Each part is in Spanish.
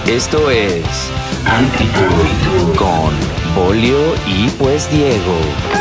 Esto es Antitud con Bolio y pues Diego.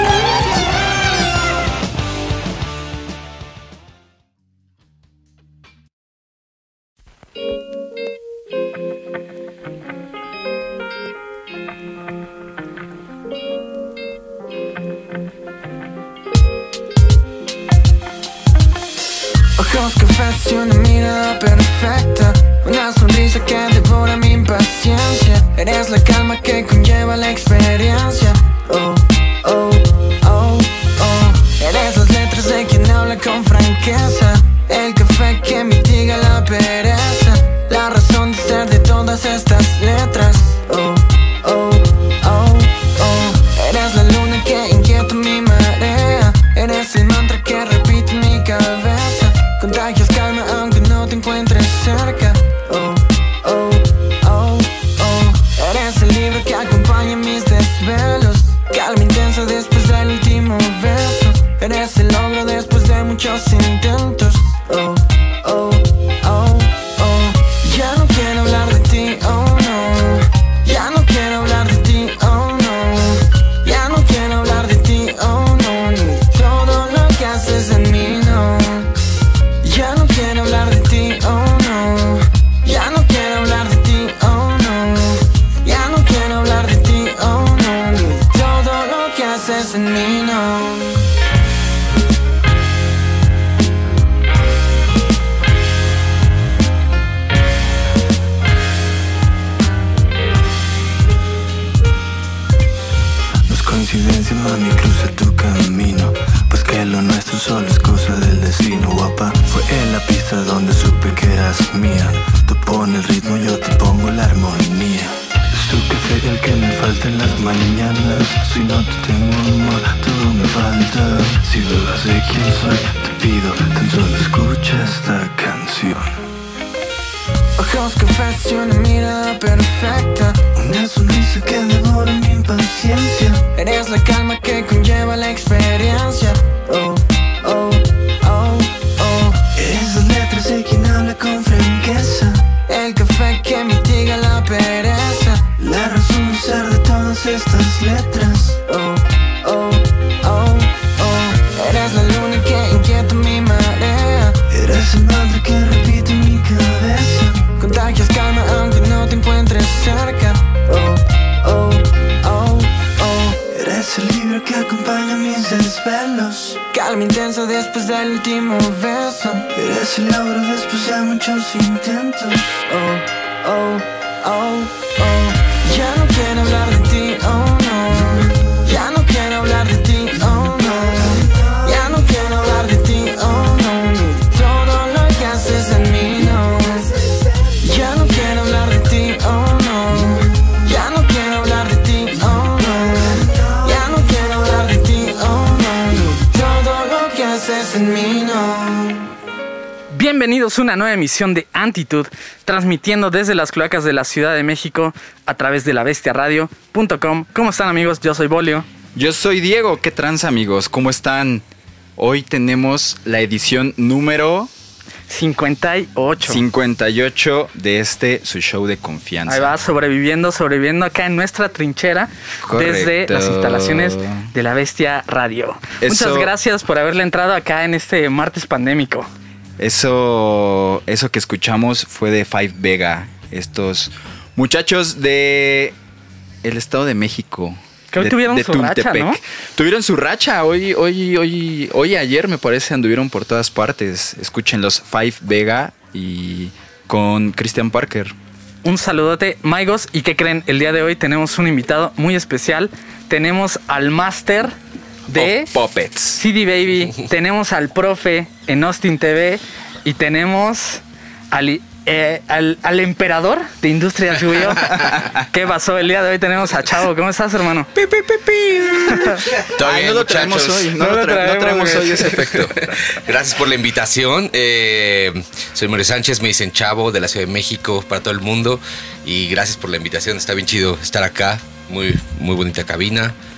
Ojos cafés y una mirada perfecta, una sonrisa que devora mi impaciencia. Eres la calma que conlleva la experiencia. Oh, oh, oh, oh. Eres las letras de quien habla con franqueza, el café que mitiga la pereza, la razón de ser de todas estas letras. Oh, oh, oh, oh. Eres la luna que inquieta mi marea, eres el mantra que repite en mi cabeza. Contagias calma aunque no te encuentres cerca. Oh, oh, oh, oh. Eres el libro que acompaña mis desvelos, calma intensa después del último beso. Eres el logro después de muchos intentos. Oh, oh, oh, oh. Ya no quiero hablar de ti, oh no. Ya no quiero hablar de ti, oh no. Ya no quiero hablar de ti, oh no. Ni todo lo que haces en mí, no. Ya no quiero hablar de ti, oh no. Ya no quiero hablar de ti, oh no. Ya no quiero hablar de ti, oh no. Ni todo lo que haces en mí, no. Coincidencia, mami, cruza tu camino, pues que lo nuestro solo es cosa del destino. Guapa, fue en la pista donde supe que eras mía. Tú pones el ritmo, yo te pongo la armonía. Es tu café el que me falta en las mañanas. Si no te tengo amor, todo me falta. Si dudas de quién soy, te pido, tan solo escucha esta canción. Ojos cafés y una mirada perfecta, una sonrisa que devora mi impaciencia. Eres la calma que conlleva la experiencia. Oh, oh, oh, oh. Eres las letras de quien habla con franqueza, el café que mitiga la pereza, la razón de ser de todas estas letras. Oh, oh, oh, oh. Eres la luna que inquieta mi marea, eres el mantra que repite en mi cabeza. Contagias calma aunque no te encuentres cerca. Oh, oh, oh, oh. Eres el libro que acompaña mis desvelos, calma intensa después del último beso. Eres el logro después de muchos intentos. Oh, oh, oh, oh. Ya no quiero hablar de ti, oh no. Ya no quiero hablar de ti, oh no. Ya no quiero hablar de ti, oh no. Ni todo lo que haces en mí, no. Ya no quiero hablar de ti, oh no. Ya no quiero hablar de ti, oh no. Ya no quiero hablar de ti, oh no. Ni todo lo que haces en mí, no. Bienvenidos a una nueva emisión de Antitud, transmitiendo desde las cloacas de la Ciudad de México a través de labestiaradio.com. ¿Cómo están, amigos? Yo soy Bolio. Yo soy Diego. ¿Qué tranza, amigos? ¿Cómo están? Hoy tenemos la edición número 58 de su show de confianza. Ahí va, sobreviviendo acá en nuestra trinchera. Correcto. Desde las instalaciones de La Bestia Radio. Muchas gracias por haberle entrado acá en este martes pandémico. Eso que escuchamos fue de Five Vega, estos muchachos de el Estado de México. Que hoy tuvieron su racha, ¿no? Tuvieron su racha. Hoy, ayer, me parece, anduvieron por todas partes. Escuchen los Five Vega y con Christian Parker. Un saludote, Maigos. ¿Y qué creen? El día de hoy tenemos un invitado muy especial. Tenemos al máster de Puppets, CD Baby. Tenemos al profe en Austin TV. Y tenemos al emperador de Industrias Guyo. ¿Qué pasó? El día de hoy tenemos a Chavo. ¿Cómo estás, hermano? Todo bien, no lo traemos muchachos. hoy. No traemos hoy ese efecto. Gracias por la invitación. Soy Mario Sánchez, me dicen Chavo, de la Ciudad de México, para todo el mundo. Y gracias por la invitación. Está bien chido estar acá. Muy bonita cabina.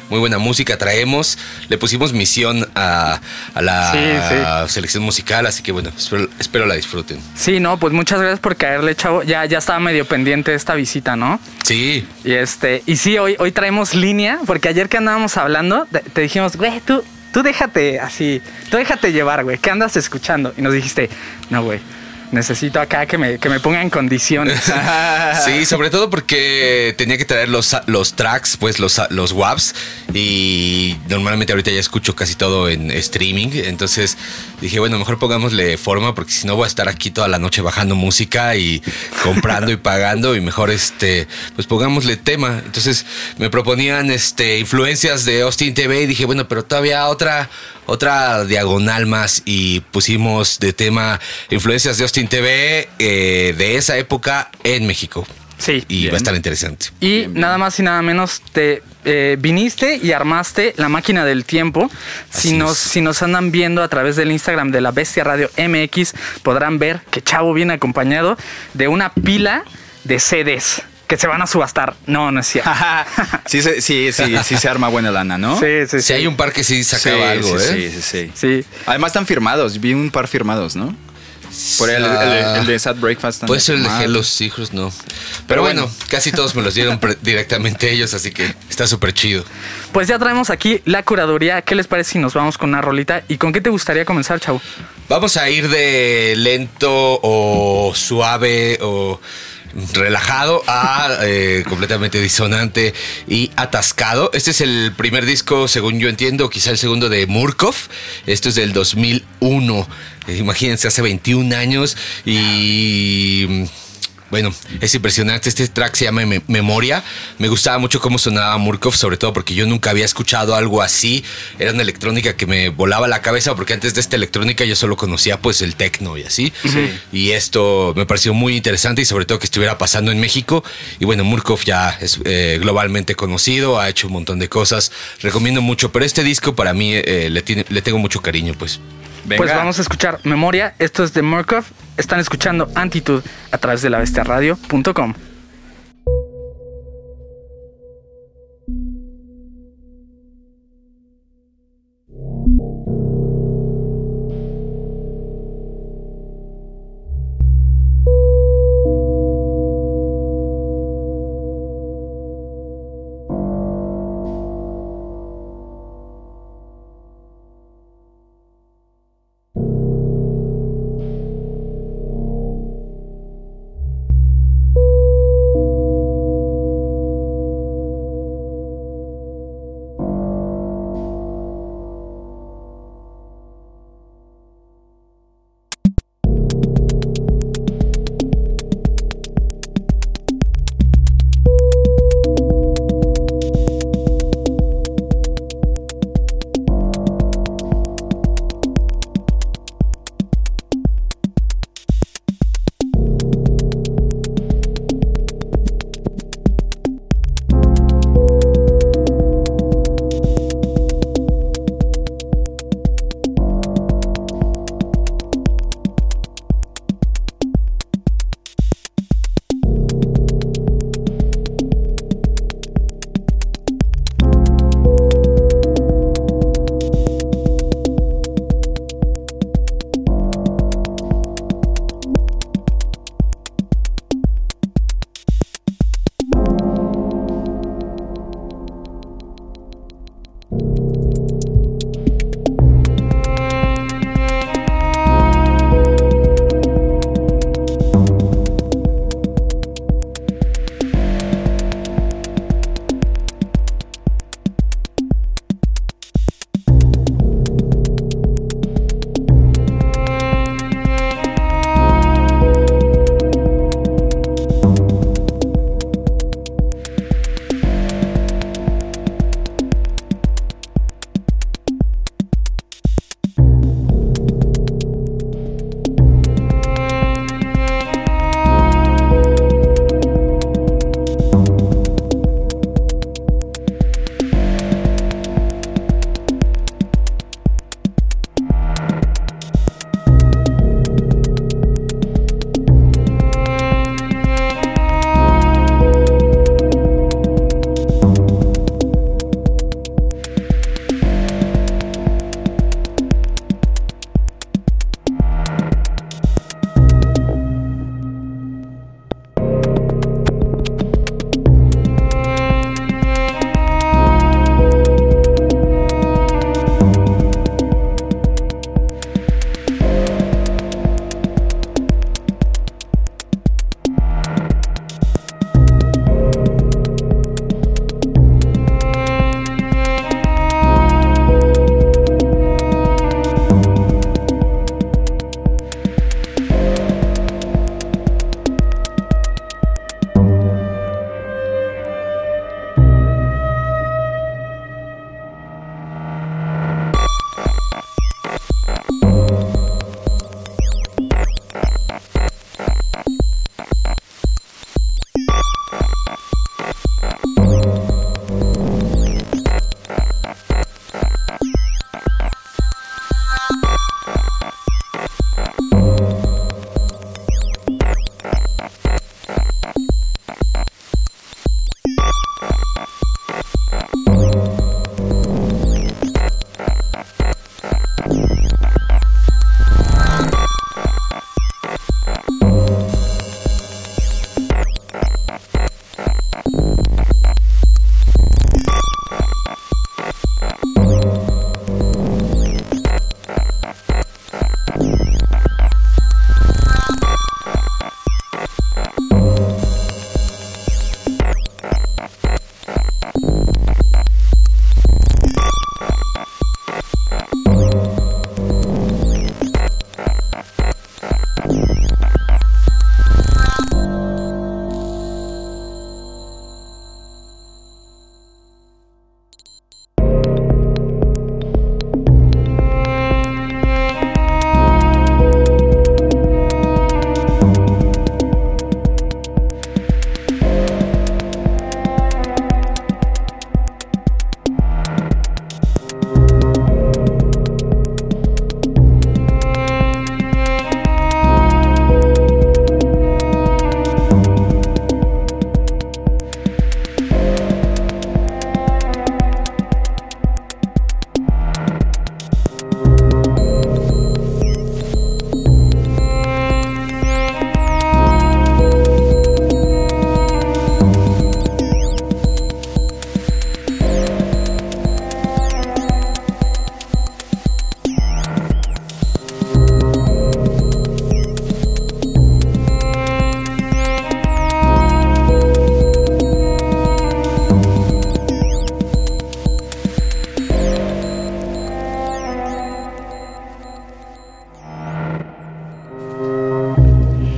muy buena música traemos. Le pusimos misión a la selección musical, así que bueno, espero la disfruten. Sí, no, pues muchas gracias por caerle, chavo. Ya estaba medio pendiente de esta visita, ¿no? Sí. Y sí, hoy traemos línea, porque ayer que andábamos hablando, te dijimos, güey, tú déjate así, tú déjate llevar, güey, ¿qué andas escuchando? Y nos dijiste, no, güey, necesito acá que me ponga en condiciones. Sí, sobre todo porque tenía que traer los tracks, pues los WAVs, y normalmente ahorita ya escucho casi todo en streaming, entonces dije, bueno, mejor pongámosle forma, porque si no voy a estar aquí toda la noche bajando música y comprando y pagando, y mejor pues pongámosle tema. Entonces me proponían influencias de Austin TV y dije, bueno, pero todavía otra diagonal más, y pusimos de tema influencias de Austin TV de esa época en México. Sí. Y Bien. va a estar interesante. Y nada más y nada menos te viniste y armaste la máquina del tiempo. Si nos andan viendo a través del Instagram de La Bestia Radio MX, podrán ver que Chavo viene acompañado de una pila de CDs que se van a subastar. No es cierto. Sí se arma buena lana, ¿no? Sí. Si hay un par que sí sacaba algo, Sí. Además están firmados, vi un par firmados, ¿no? Por el de Sad Breakfast. Puede ser el de Los Hijos, no. Pero bueno, casi todos me los dieron directamente ellos, así que está súper chido. Pues ya traemos aquí la curaduría. ¿Qué les parece si nos vamos con una rolita? ¿Y con qué te gustaría comenzar, Chavo? Vamos a ir de lento o suave o relajado a completamente disonante y atascado. Este es el primer disco, según yo entiendo, quizá el segundo de Murkoff. Esto es del 2001. Imagínense, hace 21 años y... Bueno, es impresionante. Este track se llama Memoria. Me gustaba mucho cómo sonaba Murkoff, sobre todo porque yo nunca había escuchado algo así. Era una electrónica que me volaba la cabeza, porque antes de esta electrónica yo solo conocía pues el techno y así. Sí. Y esto me pareció muy interesante, y sobre todo que estuviera pasando en México. Y bueno, Murkoff ya es globalmente conocido, ha hecho un montón de cosas. Recomiendo mucho, pero este disco para mí le tengo mucho cariño, pues. Venga. Pues vamos a escuchar Memoria. Esto es de Murkoff. Están escuchando Antitude a través de labestiaradio.com.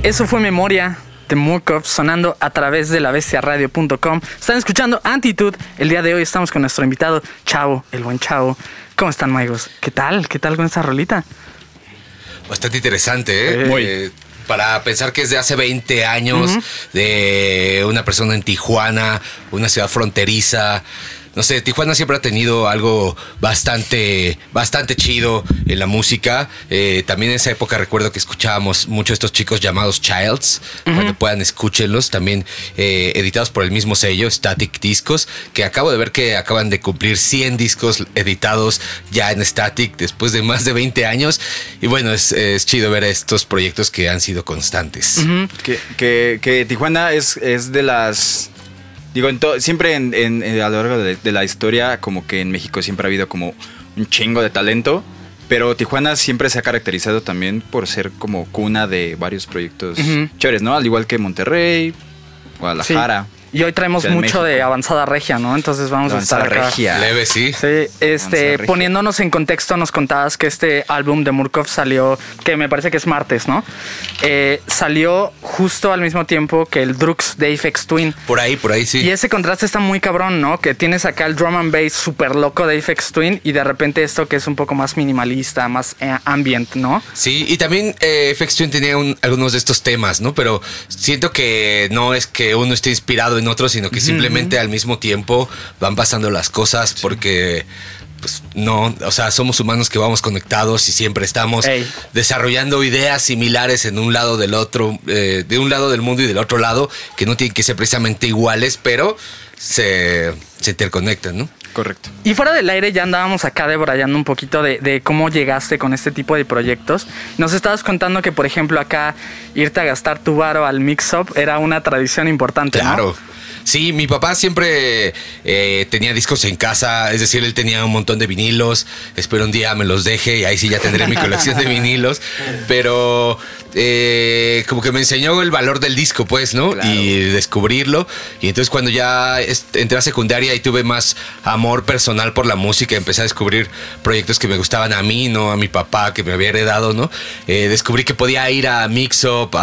Eso fue Memoria de Murkoff sonando a través de labestiaradio.com. Están escuchando Antitude. El día de hoy estamos con nuestro invitado Chavo, el buen Chavo. ¿Cómo están, Maigos? ¿Qué tal? ¿Qué tal con esta rolita? Bastante interesante, ¿eh? Muy. Para pensar que es de hace 20 años, de una persona en Tijuana, una ciudad fronteriza. No sé, Tijuana siempre ha tenido algo bastante chido en la música. También en esa época recuerdo que escuchábamos mucho a estos chicos llamados Childs. Cuando puedan, escúchenlos. También editados por el mismo sello, Static Discos, que acabo de ver que acaban de cumplir 100 discos editados ya en Static después de más de 20 años. Y bueno, es chido ver estos proyectos que han sido constantes. Que Tijuana es de las... Digo, siempre a lo largo de la historia, como que en México siempre ha habido como un chingo de talento, pero Tijuana siempre se ha caracterizado también por ser como cuna de varios proyectos chéveres, ¿no? Al igual que Monterrey, Guadalajara. Sí. Y hoy traemos Ciudad de mucho de México. avanzada regia, ¿no? Entonces vamos a estar acá. Regia. Leve, sí. Sí, poniéndonos en contexto, nos contabas que este álbum de Murkoff salió, que me parece que es martes, ¿no? Salió justo al mismo tiempo que el Drux de Aphex Twin. Por ahí, sí. Y ese contraste está muy cabrón, ¿no? Que tienes acá el drum and bass súper loco de Aphex Twin y de repente esto que es un poco más minimalista, más ambient, ¿no? Sí, y también Aphex Twin tenía algunos de estos temas, ¿no? Pero siento que no es que uno esté inspirado en otro, sino que simplemente al mismo tiempo van pasando las cosas porque... Pues no, o sea, somos humanos que vamos conectados y siempre estamos desarrollando ideas similares en un lado del otro, de un lado del mundo y del otro lado, que no tienen que ser precisamente iguales, pero se interconectan, ¿no? Correcto. Y fuera del aire ya andábamos acá debrayando un poquito de cómo llegaste con este tipo de proyectos. Nos estabas contando que, por ejemplo, acá irte a gastar tu varo al mix-up era una tradición importante, Claro. ¿no? Sí, mi papá siempre tenía discos en casa, es decir, él tenía un montón de vinilos. Espero un día me los deje y ahí sí ya tendré mi colección de vinilos. Pero como que me enseñó el valor del disco, pues, ¿no? Claro. Y descubrirlo. Y entonces cuando ya entré a secundaria y tuve más amor personal por la música, empecé a descubrir proyectos que me gustaban a mí, no a mi papá, que me había heredado, ¿no? Descubrí que podía ir a Mix Up,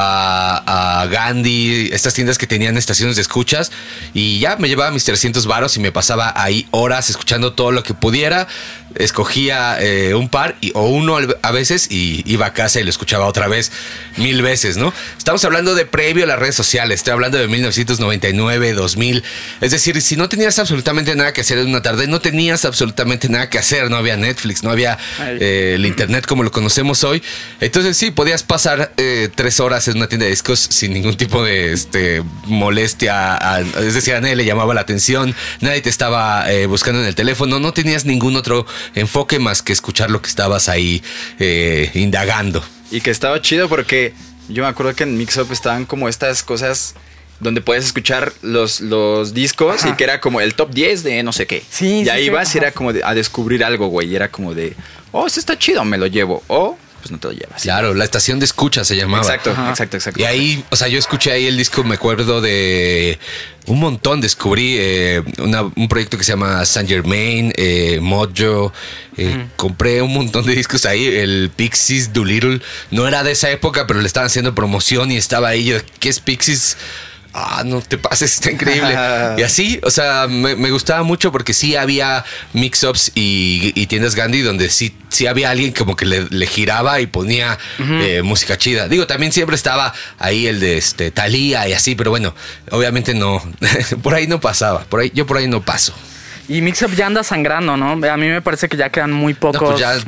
a Gandhi, estas tiendas que tenían estaciones de escuchas. Y ya me llevaba mis 300 varos y me pasaba ahí horas escuchando todo lo que pudiera. Escogía un par o uno a veces y iba a casa y lo escuchaba otra vez 1000 veces, ¿no? Estamos hablando de previo a las redes sociales. Estoy hablando de 1999, 2000. Es decir, si no tenías absolutamente nada que hacer en una tarde, no tenías absolutamente nada que hacer. No había Netflix, no había el internet como lo conocemos hoy. Entonces sí, podías pasar 3 horas en una tienda de discos sin ningún tipo de molestia. Es decir, a nadie le llamaba la atención, nadie te estaba buscando en el teléfono, no tenías ningún otro enfoque más que escuchar lo que estabas ahí indagando. Y que estaba chido porque yo me acuerdo que en Mix Up estaban como estas cosas donde puedes escuchar los discos. Ajá. Y que era como el top 10 de no sé qué. Sí, y ahí vas y era como a descubrir algo, güey. Y era como de, esto está chido, me lo llevo. O pues no te lo llevas. Claro, la estación de escucha se llamaba. Exacto, exacto. Y ahí, o sea, yo escuché ahí el disco, me acuerdo de un montón. Descubrí un proyecto que se llama Saint Germain, Mojo. Compré un montón de discos ahí. El Pixies, Doolittle. No era de esa época, pero le estaban haciendo promoción y estaba ahí. Yo, ¿qué es Pixies? No te pases, está increíble. Y así, o sea, me gustaba mucho porque sí había mix-ups y tiendas Gandhi donde sí había alguien como que le giraba y ponía música chida. Digo, también siempre estaba ahí el de Thalía y así, pero bueno, obviamente no, por ahí no pasaba, yo por ahí no paso. Y Mix-Up ya anda sangrando, ¿no? A mí me parece que ya quedan muy pocos. No, pues ya,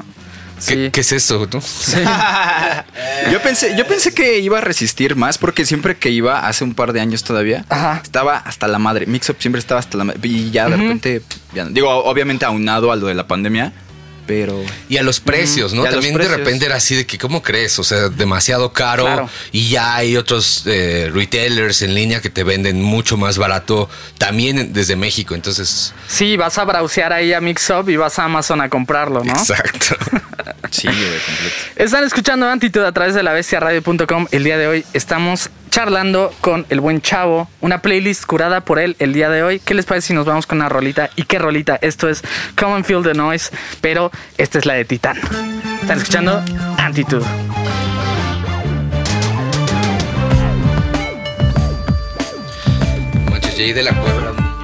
sí. ¿Qué es eso, no? Sí. Yo pensé que iba a resistir más porque siempre que iba, hace un par de años todavía, estaba hasta la madre. Mix Up siempre estaba hasta la madre. Y ya de repente, ya, digo, obviamente aunado a lo de la pandemia, pero... Y a los precios, ¿no? También de repente era así de que, ¿cómo crees? O sea, demasiado caro. Claro. Y ya hay otros retailers en línea que te venden mucho más barato también desde México. Entonces... Sí, vas a browsear ahí a Mix Up y vas a Amazon a comprarlo, ¿no? Exacto. Sí, güey, completo. Están escuchando Antitude a través de labestiaradio.com. El día de hoy estamos charlando con el buen Chavo, una playlist curada por él el día de hoy. ¿Qué les parece si nos vamos con una rolita? ¿Y qué rolita? Esto es Come and Feel the Noise, pero esta es la de Titán. Están escuchando Antitude. Jay de la Cueva era un niño.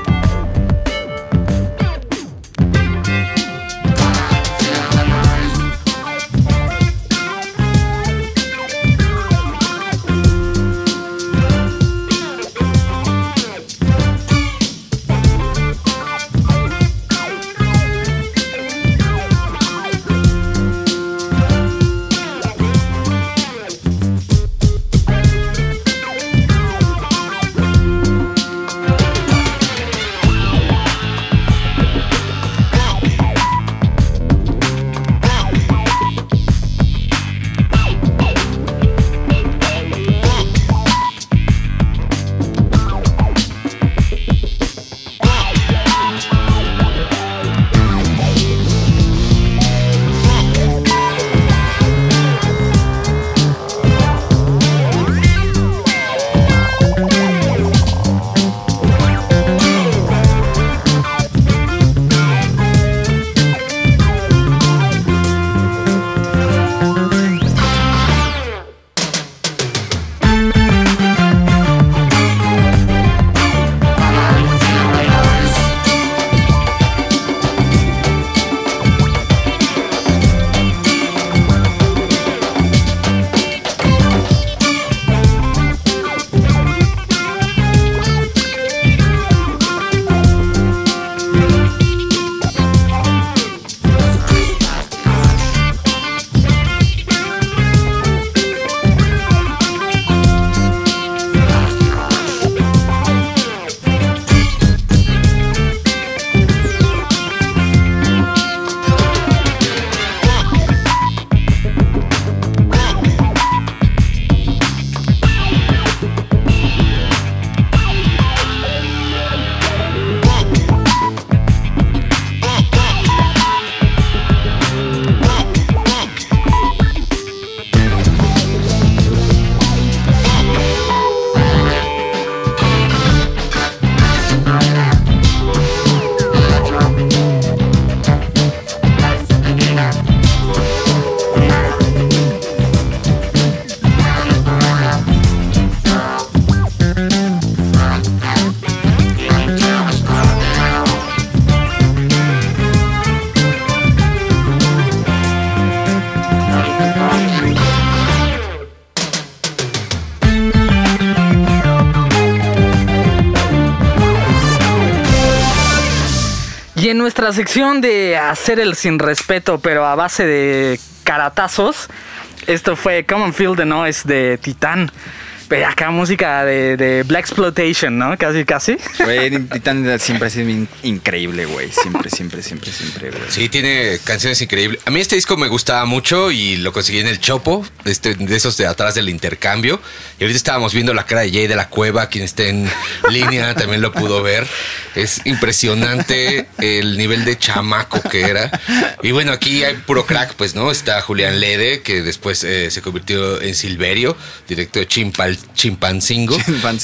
Y en nuestra sección de hacer el sin respeto, pero a base de caratazos, esto fue Come and Feel the Noise de Titán. Pero acá música de Black Exploitation, ¿no? Casi, casi. Güey, Titán siempre ha sido increíble, güey. Siempre, güey. Sí, tiene canciones increíbles. A mí este disco me gustaba mucho y lo conseguí en el Chopo, de esos de atrás del intercambio. Y ahorita estábamos viendo la cara de Jay de la Cueva. Quien esté en línea también lo pudo ver. Es impresionante el nivel de chamaco que era. Y bueno, aquí hay puro crack, pues, ¿no? Está Julián Lede, que después se convirtió en Silverio, directo de Chimpancingo.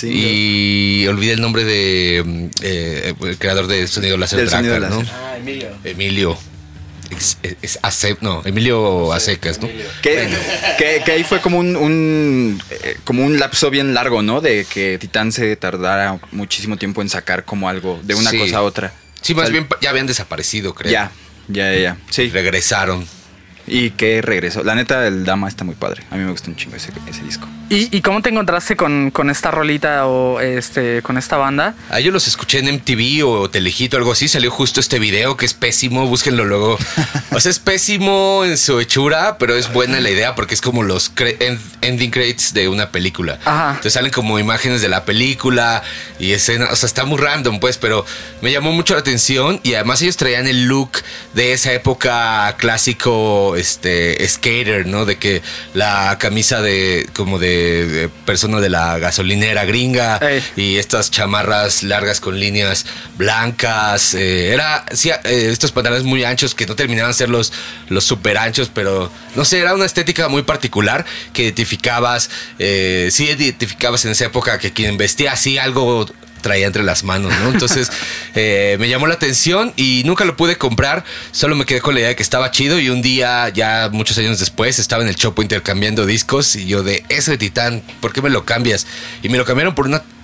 Y olvidé el nombre de el creador de Sonido Láser Dracar, ¿no? Emilio. Emilio Acecas, ¿no? Que ahí fue como un lapso bien largo, ¿no? De que Titán se tardara muchísimo tiempo en sacar como algo de una cosa a otra. Sí, más bien ya habían desaparecido, creo. Ya. Sí. Regresaron. Y que regresó. La neta, el Dama está muy padre. A mí me gusta un chingo ese disco. ¿Y cómo te encontraste con esta rolita o con esta banda? Yo los escuché en MTV o Telehit o algo así. Salió justo este video que es pésimo. Búsquenlo luego. O sea, es pésimo en su hechura, pero es buena la idea porque es como los ending credits de una película. Ajá. Entonces salen como imágenes de la película y escenas. O sea, está muy random, pues, pero me llamó mucho la atención. Y además ellos traían el look de esa época clásico, skater, ¿no? De que la camisa de persona de la gasolinera gringa. Ey. Y estas chamarras largas con líneas blancas. Estos pantalones muy anchos que no terminaban de ser los super anchos, pero no sé, era una estética muy particular que identificabas en esa época que quien vestía así algo traía entre las manos, ¿no? Entonces me llamó la atención y nunca lo pude comprar, solo me quedé con la idea de que estaba chido y un día, ya muchos años después, estaba en el Chopo intercambiando discos y yo de eso de Titán, ¿por qué me lo cambias? Y me lo cambiaron por una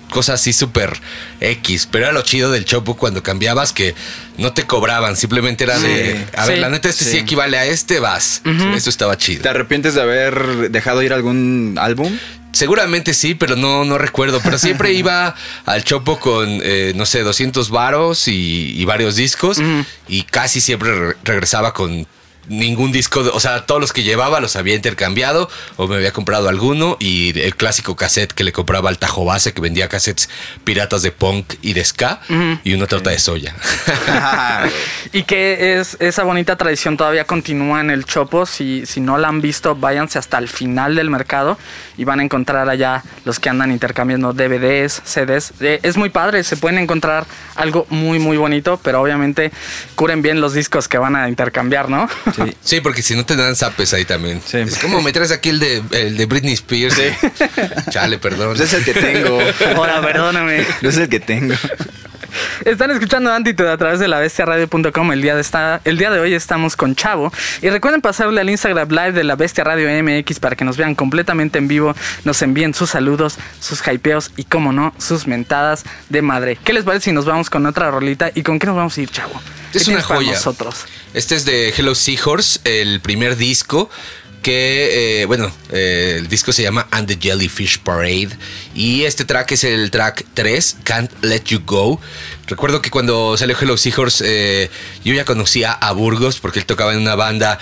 cosa así súper X, pero era lo chido del Chopo cuando cambiabas que no te cobraban, simplemente era de, a ver, Sí. la neta sí equivale a este, vas. Eso estaba chido. ¿Te arrepientes de haber dejado ir algún álbum? Seguramente sí, pero no recuerdo. Pero siempre iba al Chopo con, no sé, 200 varos y varios discos. Y casi siempre regresaba con ningún disco. O sea, todos los que llevaba los había intercambiado o me había comprado alguno. Y el clásico cassette que le compraba al Tajo Base, que vendía cassettes piratas de punk y de ska. Y una torta de soya. Y que esa bonita tradición todavía continúa en el Chopo. Si no la han visto, váyanse hasta el final del mercado y van a encontrar allá los que andan intercambiando DVDs, CDs. Es muy padre, se pueden encontrar algo muy, muy bonito, pero obviamente curen bien los discos que van a intercambiar, ¿no? Sí, porque si no te dan zapes ahí también. Sí. Es como me traes aquí el de Britney Spears. Chale, perdón. Pues es el que tengo. Ahora, perdóname. No es el que tengo. Están escuchando Antitude a través de labestiaradio.com. El día de hoy estamos con Chavo. Y recuerden pasarle al Instagram Live de La Bestia Radio MX para que nos vean completamente en vivo. Nos envíen sus saludos, sus hypeos y, como no, sus mentadas de madre. ¿Qué les parece si nos vamos con otra rolita? ¿Y con qué nos vamos a ir, Chavo? ¿Qué Es una tienes para joya. nosotros? Este es de Hello Seahorse, el primer disco. Que, el disco se llama And the Jellyfish Parade. Y este track es el track 3, Can't Let You Go. Recuerdo que cuando salió Hello Seahorse, yo ya conocía a Burgos porque él tocaba en una banda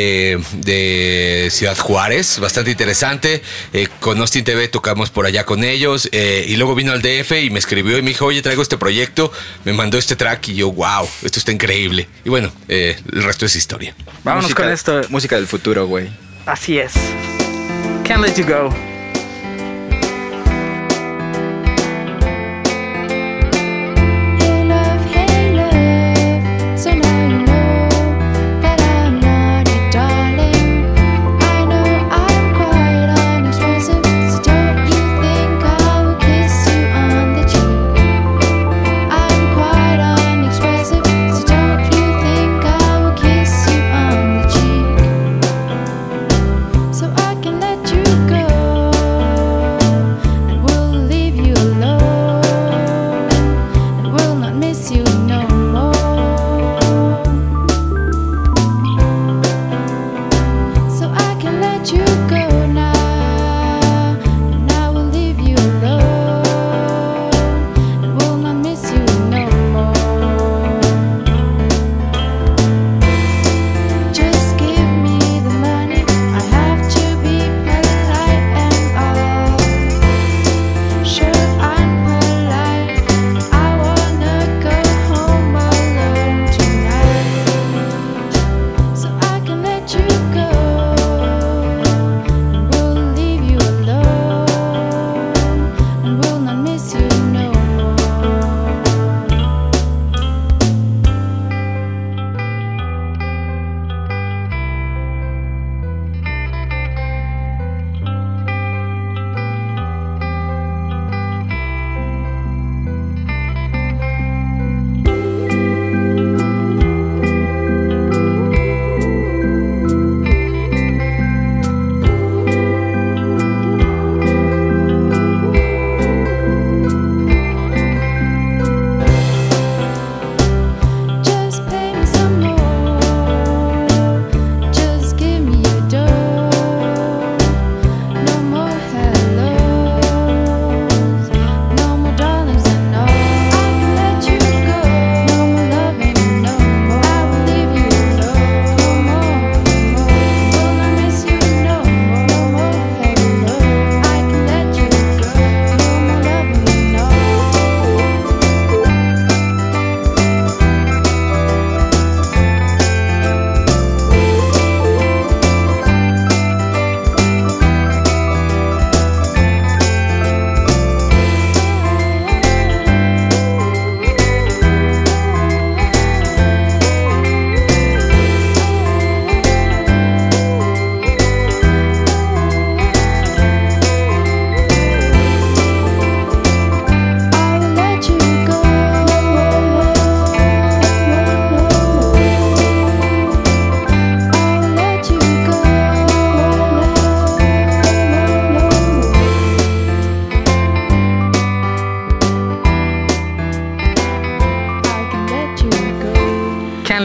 de Ciudad Juárez, bastante interesante. Con Austin TV tocamos por allá con ellos. Y luego vino al DF y me escribió y me dijo, oye, traigo este proyecto. Me mandó este track y yo, wow, esto está increíble. Y bueno, el resto es historia. Vámonos con esto. Música del futuro, güey. Así es. Can't Let You Go. Hey love, so now you know that I'm not your darling. I know I'm quite unexpressive, so don't you think I will kiss you on the cheek. I'm quite unexpressive, so don't you think I will kiss you on the cheek. So I can let you go.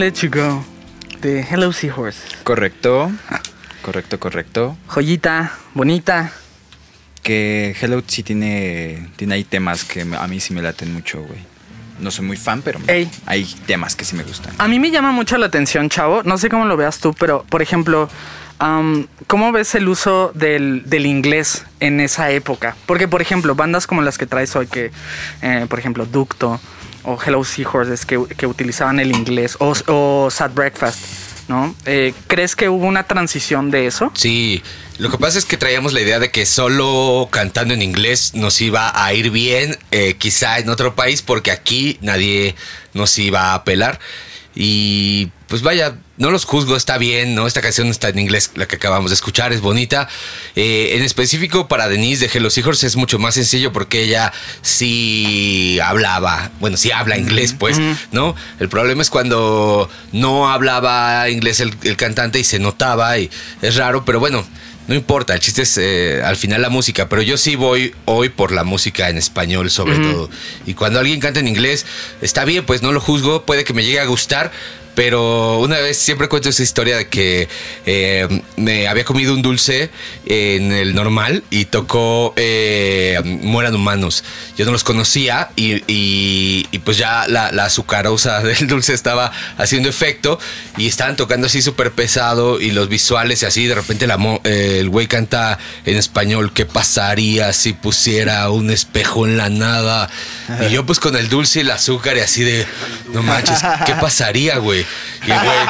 Let You Go de Hello Seahorses. Correcto. Correcto. Joyita, bonita. Que Hello sí tiene ahí temas que a mí sí me laten mucho, güey. No soy muy fan, pero Ey. hay temas que sí me gustan. A mí me llama mucho la atención, chavo. No sé cómo lo veas tú, pero por ejemplo, ¿cómo ves el uso del inglés en esa época? Porque, por ejemplo, bandas como las que traes hoy, que, por ejemplo, Ducto o Hello Seahorses, que utilizaban el inglés, o Sad Breakfast, ¿no? ¿Crees que hubo una transición de eso? Sí, lo que pasa es que traíamos la idea de que solo cantando en inglés nos iba a ir bien, quizá en otro país, porque aquí nadie nos iba a pelar. Y pues vaya, no los juzgo, está bien, ¿no? Esta canción está en inglés, la que acabamos de escuchar, es bonita. En específico para Denise de Hello Seahorses es mucho más sencillo porque ella sí hablaba, bueno, sí habla inglés, pues, ¿no? El problema es cuando no hablaba inglés el cantante y se notaba y es raro, pero bueno, no importa, el chiste es al final la música, pero yo sí voy hoy por la música en español sobre todo. Y cuando alguien canta en inglés, está bien, pues no lo juzgo, puede que me llegue a gustar, pero una vez siempre cuento esa historia de que me había comido un dulce en el normal y tocó Mueran Humanos. Yo no los conocía y pues ya la azucarosa del dulce estaba haciendo efecto y estaban tocando así súper pesado y los visuales y así. De repente el güey canta en español: ¿qué pasaría si pusiera un espejo en la nada? Y yo pues con el dulce y el azúcar y así de, no manches, ¿qué pasaría, güey? Y el güey,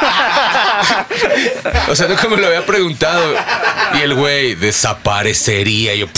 o sea, nunca me lo había preguntado. Y el güey, desaparecería. Y yo,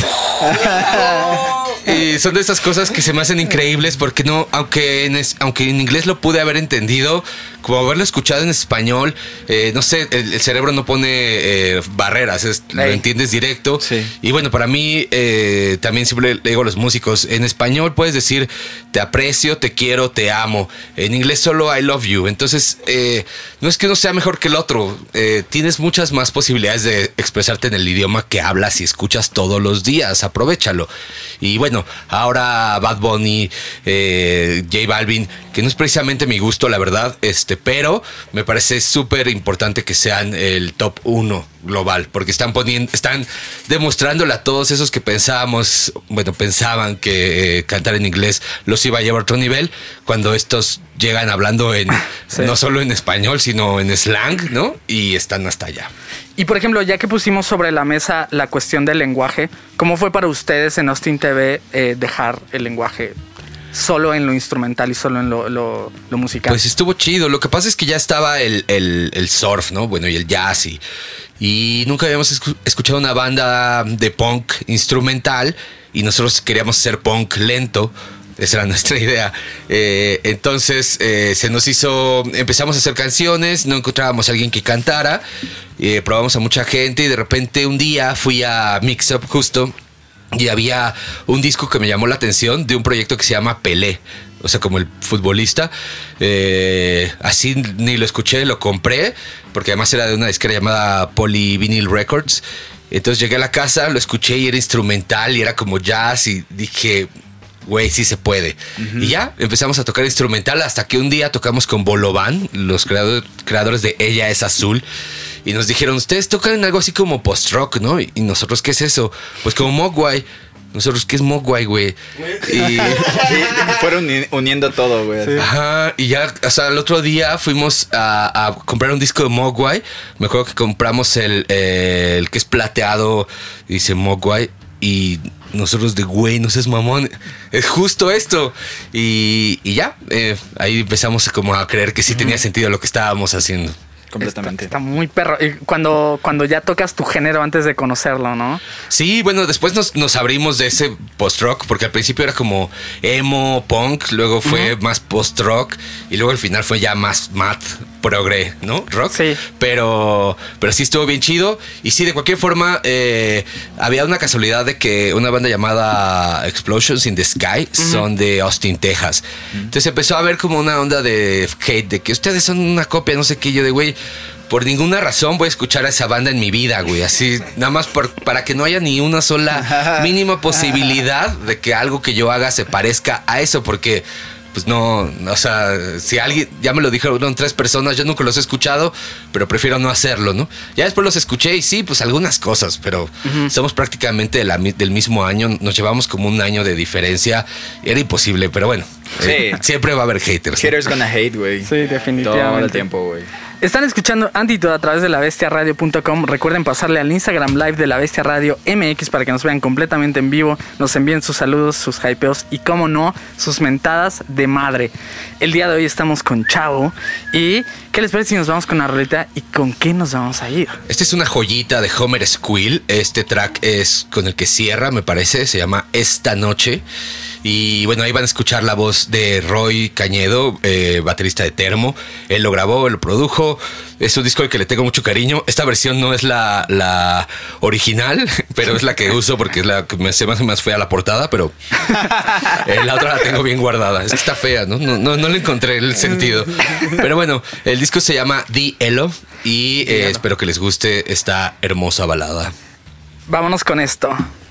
y son de esas cosas que se me hacen increíbles porque no, aunque en inglés lo pude haber entendido, como haberlo escuchado en español, no sé, el cerebro no pone barreras, lo entiendes directo. Sí. Y bueno, para mí también siempre le digo a los músicos, en español puedes decir te aprecio, te quiero, te amo. En inglés solo I love you. Entonces, no es que uno sea mejor que el otro. Tienes muchas más posibilidades de expresarte en el idioma que hablas y escuchas todos los días. Aprovéchalo. Y bueno, ahora Bad Bunny, J Balvin, que no es precisamente mi gusto, la verdad, pero me parece súper importante que sean el top 1 global, porque están demostrándole a todos esos que pensaban que cantar en inglés los iba a llevar a otro nivel, cuando estos llegan hablando no solo en español, sino en slang, ¿no? Y están hasta allá. Y por ejemplo, ya que pusimos sobre la mesa la cuestión del lenguaje, ¿cómo fue para ustedes en Austin TV dejar el lenguaje solo en lo instrumental y solo en lo musical? Pues estuvo chido. Lo que pasa es que ya estaba el surf, ¿no? Bueno, y el jazz y nunca habíamos escuchado una banda de punk instrumental y nosotros queríamos hacer punk lento. Esa era nuestra idea. Entonces se nos hizo, empezamos a hacer canciones, no encontrábamos a alguien que cantara, probamos a mucha gente y de repente un día fui a Mix Up justo y había un disco que me llamó la atención de un proyecto que se llama Pelé, o sea, como el futbolista. Así ni lo escuché, lo compré, porque además era de una disquera llamada Polyvinyl Records. Entonces llegué a la casa, lo escuché y era instrumental y era como jazz y dije, güey, sí se puede. Y ya empezamos a tocar instrumental hasta que un día tocamos con Bolovan, los creadores de Ella es Azul. Y nos dijeron, ustedes tocan algo así como post-rock, ¿no? Y nosotros, ¿qué es eso? Pues como Mogwai. Nosotros, ¿qué es Mogwai, güey? Y fueron uniendo todo, güey. Sí. Ajá, y ya, o sea, el otro día fuimos a comprar un disco de Mogwai. Me acuerdo que compramos el que es plateado, dice Mogwai. Y nosotros de, güey, no seas mamón, es justo esto. Y ya, ahí empezamos como a creer que sí tenía sentido lo que estábamos haciendo. Completamente. Está muy perro. Y cuando ya tocas tu género antes de conocerlo, ¿no? Sí, bueno, después nos abrimos de ese post-rock, porque al principio era como emo, punk, luego fue más post-rock y luego al final fue ya más math, progre, ¿no? Rock. Sí. Pero sí estuvo bien chido. Y sí, de cualquier forma, había una casualidad de que una banda llamada Explosions in the Sky son de Austin, Texas. Entonces empezó a haber como una onda de hate, de que ustedes son una copia, no sé qué. Yo de, güey, por ninguna razón voy a escuchar a esa banda en mi vida, güey. Así, nada más para que no haya ni una sola mínima posibilidad de que algo que yo haga se parezca a eso, porque pues no, o sea, si alguien, ya me lo dijeron 3 personas, yo nunca los he escuchado, pero prefiero no hacerlo, ¿no? Ya después los escuché y sí, pues algunas cosas, pero somos prácticamente del mismo año, nos llevamos como un año de diferencia, era imposible, pero bueno, Sí. siempre va a haber haters, ¿no? Haters gonna hate, güey. Sí, definitivamente. Todo el tiempo, güey. Están escuchando Antídoto a través de lavestiaradio.com. Recuerden pasarle al Instagram Live de La Bestia Radio MX para que nos vean completamente en vivo. Nos envíen sus saludos, sus hypeos y, como no, sus mentadas de madre. El día de hoy estamos con Chavo. ¿Y qué les parece si nos vamos con una rolita? ¿Y con qué nos vamos a ir? Esta es una joyita de Homer Squill. Este track es con el que cierra, me parece. Se llama Esta Noche. Y bueno, ahí van a escuchar la voz de Roy Cañedo, baterista de Termo. Él lo grabó, él lo produjo. Es un disco al que le tengo mucho cariño. Esta versión no es la original, pero es la que uso porque es la que me hace más fea la portada, pero la otra la tengo bien guardada. Es que está fea, ¿no? No le encontré el sentido. Pero bueno, el disco se llama The Elo y espero que les guste esta hermosa balada. Vámonos con esto.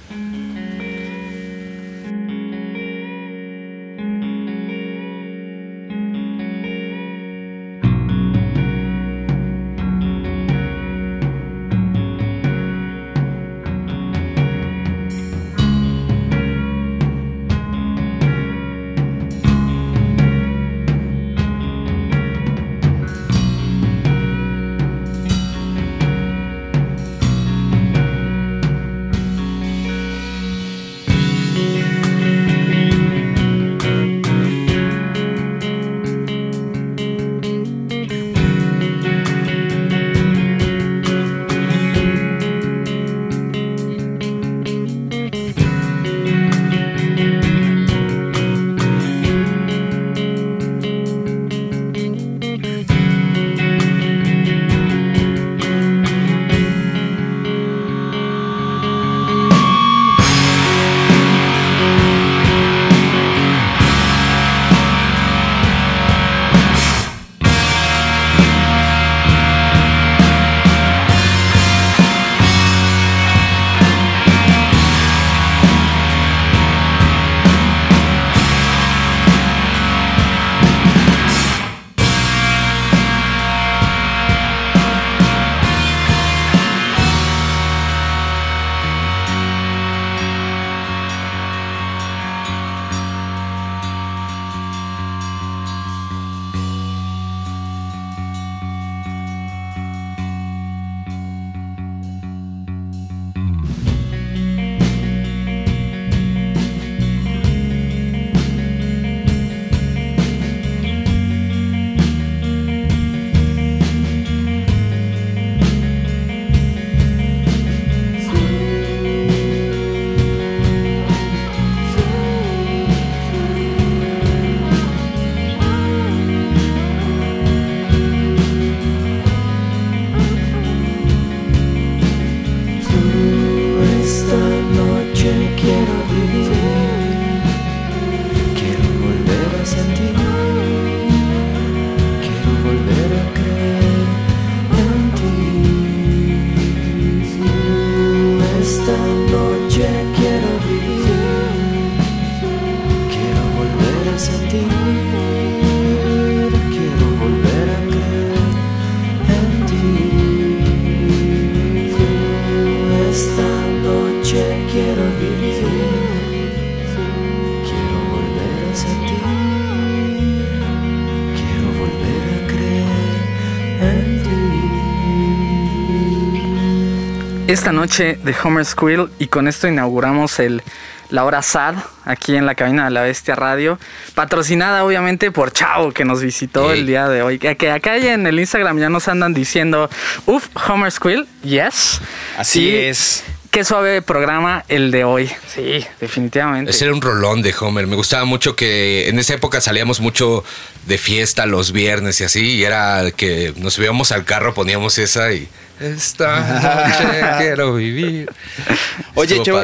Esta noche de Homer Squill, y con esto inauguramos la hora sad aquí en la cabina de La Bestia Radio, patrocinada obviamente por Chavo, que nos visitó el día de hoy. Que acá en el Instagram ya nos andan diciendo, uff, Homer Squill, yes. Así es. Qué suave programa el de hoy. Sí, definitivamente. Ese era un rolón de Homer. Me gustaba mucho que en esa época salíamos mucho de fiesta los viernes y así. Y era que nos subíamos al carro, poníamos esa y... Esta noche quiero vivir. Oye, Chavo,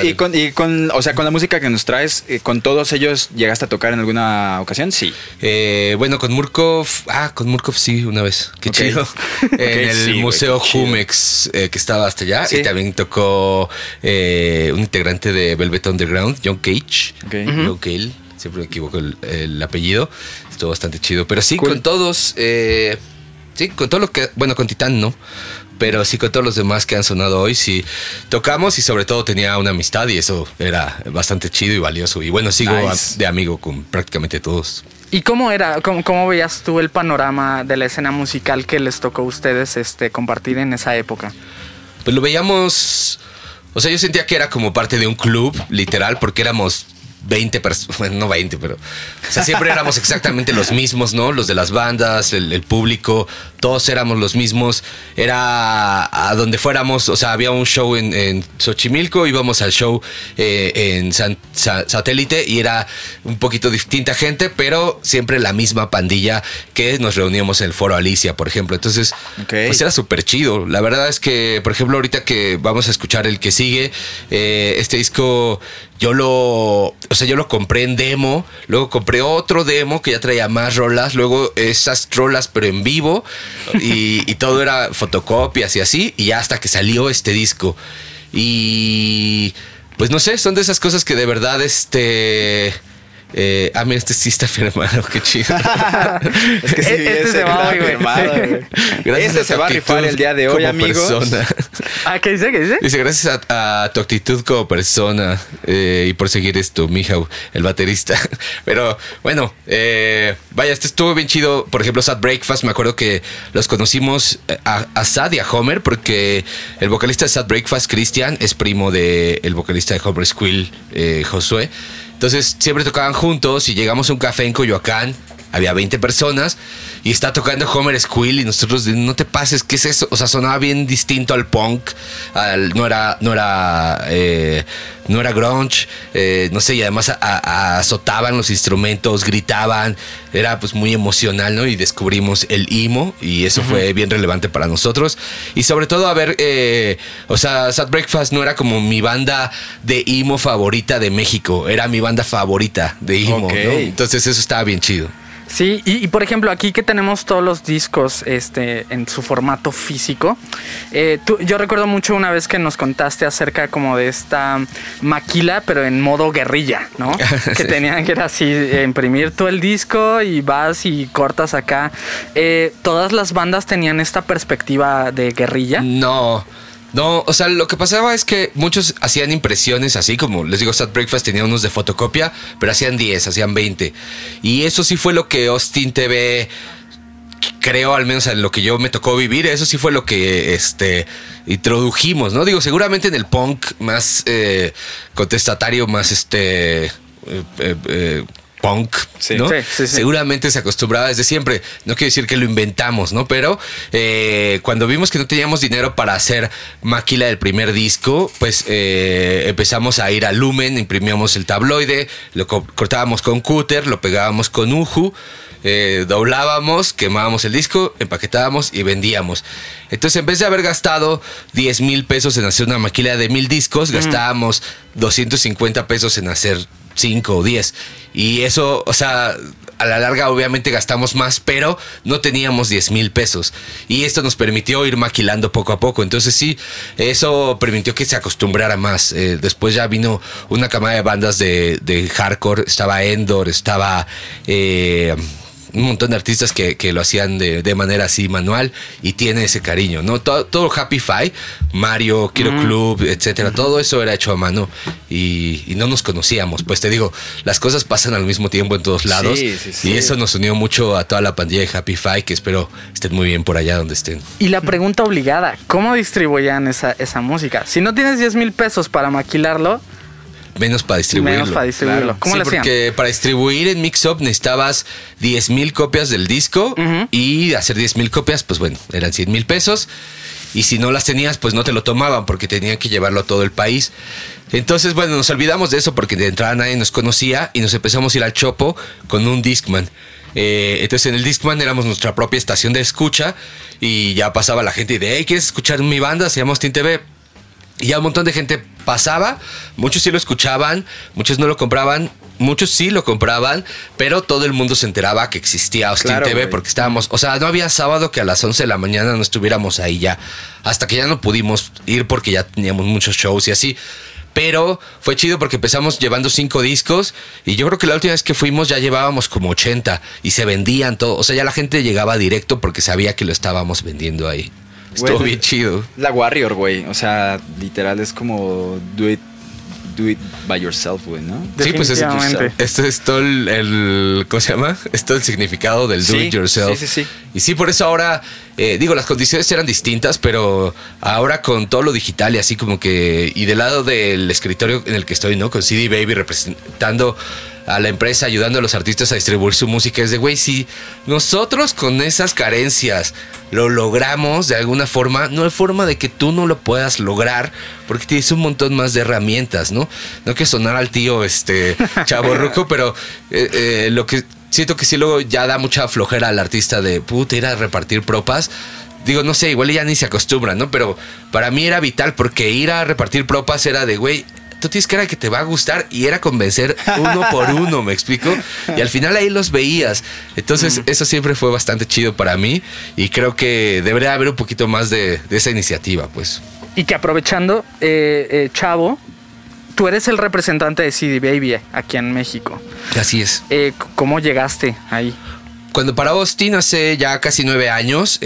o sea, con la música que nos traes, ¿con todos ellos llegaste a tocar en alguna ocasión? Sí. Bueno, con Murkov. Con Murkov sí, una vez. Qué chido. En el Museo Jumex, que estaba hasta allá. Sí. Y también tocó un integrante de Velvet Underground, John Cage. Okay. John Cale. siempre me equivoco el apellido. Estuvo bastante chido. Pero sí, Cool. con todos, sí, con todo lo que, bueno, con Titán no, pero sí con todos los demás que han sonado hoy, sí tocamos y sobre todo tenía una amistad y eso era bastante chido y valioso. Y bueno, sigo Nice. de amigo con prácticamente todos. ¿Y cómo era, cómo veías tú el panorama de la escena musical que les tocó a ustedes compartir en esa época? Pues lo veíamos, o sea, yo sentía que era como parte de un club, literal, porque éramos 20 personas, bueno, no 20, pero, o sea, siempre éramos exactamente los mismos, ¿no? Los de las bandas, el público, todos éramos los mismos. Era a donde fuéramos, o sea, había un show en Xochimilco, íbamos al show en Satélite y era un poquito distinta gente, pero siempre la misma pandilla que nos reuníamos en el Foro Alicia, por ejemplo. Entonces, Ok. pues era súper chido. La verdad es que, por ejemplo, ahorita que vamos a escuchar el que sigue, este disco yo lo compré en demo, luego compré otro demo que ya traía más rolas, luego esas rolas pero en vivo y todo era fotocopias y así, y ya hasta que salió este disco. Y pues no sé, son de esas cosas que de verdad mira, este sí está firmado, qué chido. Es que sí, Este ese se va está hoy, güey. firmado, güey. Gracias Este a se tu va a rifar actitud el día de hoy, como amigos. persona. Ah, ¿qué dice? ¿Qué dice? Dice, gracias a tu actitud como persona y por seguir esto, Mijau, el baterista. Pero bueno, vaya, este estuvo bien chido. Por ejemplo, Sad Breakfast, me acuerdo que los conocimos a Sad y a Homer, porque el vocalista de Sad Breakfast, Christian, es primo del vocalista de Homer Squill, Josué. Entonces siempre tocaban juntos y llegamos a un café en Coyoacán. Había 20 personas y está tocando Homer Squill y nosotros, no te pases, ¿qué es eso? O sea, sonaba bien distinto al punk, no era grunge, no sé, y además azotaban los instrumentos, gritaban, era pues muy emocional, ¿no? Y descubrimos el emo y eso fue bien relevante para nosotros. Y sobre todo, a ver, o sea, Sad Breakfast no era como mi banda de emo favorita de México, era mi banda favorita de emo, Ok. ¿no? Entonces eso estaba bien chido. Sí, y por ejemplo, aquí que tenemos todos los discos en su formato físico, yo recuerdo mucho una vez que nos contaste acerca como de esta maquila, pero en modo guerrilla, ¿no? Que tenían que era así, imprimir tú el disco y vas y cortas acá. ¿Todas las bandas tenían esta perspectiva de guerrilla? No, o sea, lo que pasaba es que muchos hacían impresiones así, como les digo, Sad Breakfast tenía unos de fotocopia, pero hacían 10, hacían 20. Y eso sí fue lo que Austin TV, creo, al menos en lo que yo me tocó vivir, eso sí fue lo que introdujimos, ¿no? Digo, seguramente en el punk más contestatario, más punk, Sí. ¿no? Sí. Seguramente se acostumbraba desde siempre. No quiero decir que lo inventamos, ¿no? Pero cuando vimos que no teníamos dinero para hacer maquila del primer disco, pues empezamos a ir a Lumen, imprimíamos el tabloide, lo cortábamos con cúter, lo pegábamos con uju, doblábamos, quemábamos el disco, empaquetábamos y vendíamos. Entonces, en vez de haber gastado 10,000 pesos en hacer una maquila de 1,000 discos, gastábamos 250 pesos en hacer 5 o 10. Y eso, o sea, a la larga obviamente gastamos más, pero no teníamos 10,000 pesos. Y esto nos permitió ir maquilando poco a poco. Entonces sí, eso permitió que se acostumbrara más. Después ya vino una camada de bandas de hardcore. Estaba Endor, estaba un montón de artistas que lo hacían de manera así manual y tiene ese cariño, ¿no? Todo Happy Five, Mario, Quiero Club, etcétera, todo eso era hecho a mano y no nos conocíamos. Pues te digo, las cosas pasan al mismo tiempo en todos lados Sí. y eso nos unió mucho a toda la pandilla de Happy Five, que espero estén muy bien por allá donde estén. Y la pregunta obligada, ¿cómo distribuían esa música? Si no tienes 10,000 pesos para maquilarlo, Menos para distribuirlo. Claro. ¿Cómo Sí, le hacían? porque para distribuir en Mix-Up necesitabas 10,000 copias del disco y hacer 10,000 copias, pues bueno, eran 100,000 pesos. Y si no las tenías, pues no te lo tomaban porque tenían que llevarlo a todo el país. Entonces, bueno, nos olvidamos de eso porque de entrada nadie nos conocía y nos empezamos a ir al Chopo con un Discman. Entonces en el Discman éramos nuestra propia estación de escucha y ya pasaba la gente y de, hey, ¿quieres escuchar mi banda? Se llama Austin TV. Y ya un montón de gente pasaba, muchos sí lo escuchaban, muchos no lo compraban, muchos sí lo compraban, pero todo el mundo se enteraba que existía Austin Claro, TV güey. porque estábamos, o sea, no había sábado que a las 11 de la mañana no estuviéramos ahí ya, hasta que ya no pudimos ir porque ya teníamos muchos shows y así. Pero fue chido porque empezamos llevando 5 discos y yo creo que la última vez que fuimos ya llevábamos como 80 y se vendían todo. O sea, ya la gente llegaba directo porque sabía que lo estábamos vendiendo ahí. Estuvo Güey, bien chido. La Warrior, güey. O sea, literal es como do it by yourself, güey, ¿no? Sí, pues Definitivamente. esto es todo el ¿cómo se llama? Es todo el significado del do Sí, it yourself. sí. Y sí, por eso ahora, digo, las condiciones eran distintas, pero ahora con todo lo digital y así como que, y del lado del escritorio en el que estoy, ¿no? Con CD Baby representando a la empresa, ayudando a los artistas a distribuir su música, es de, güey, si nosotros con esas carencias lo logramos de alguna forma, no hay forma de que tú no lo puedas lograr, porque tienes un montón más de herramientas, ¿no? No que sonar al tío chavorruco, pero lo que siento que sí luego ya da mucha flojera al artista de puta ir a repartir propas. Digo, no sé, igual ya ni se acostumbran, ¿no? Pero para mí era vital porque ir a repartir propas era de, güey, tú tienes cara que te va a gustar y era convencer uno por uno, ¿me explico? Y al final ahí los veías. Entonces eso siempre fue bastante chido para mí y creo que debería haber un poquito más de esa iniciativa, pues. Y que aprovechando, Chavo, tú eres el representante de CD Baby aquí en México. Así es. ¿Cómo llegaste ahí? Cuando para Austin hace ya casi 9 años,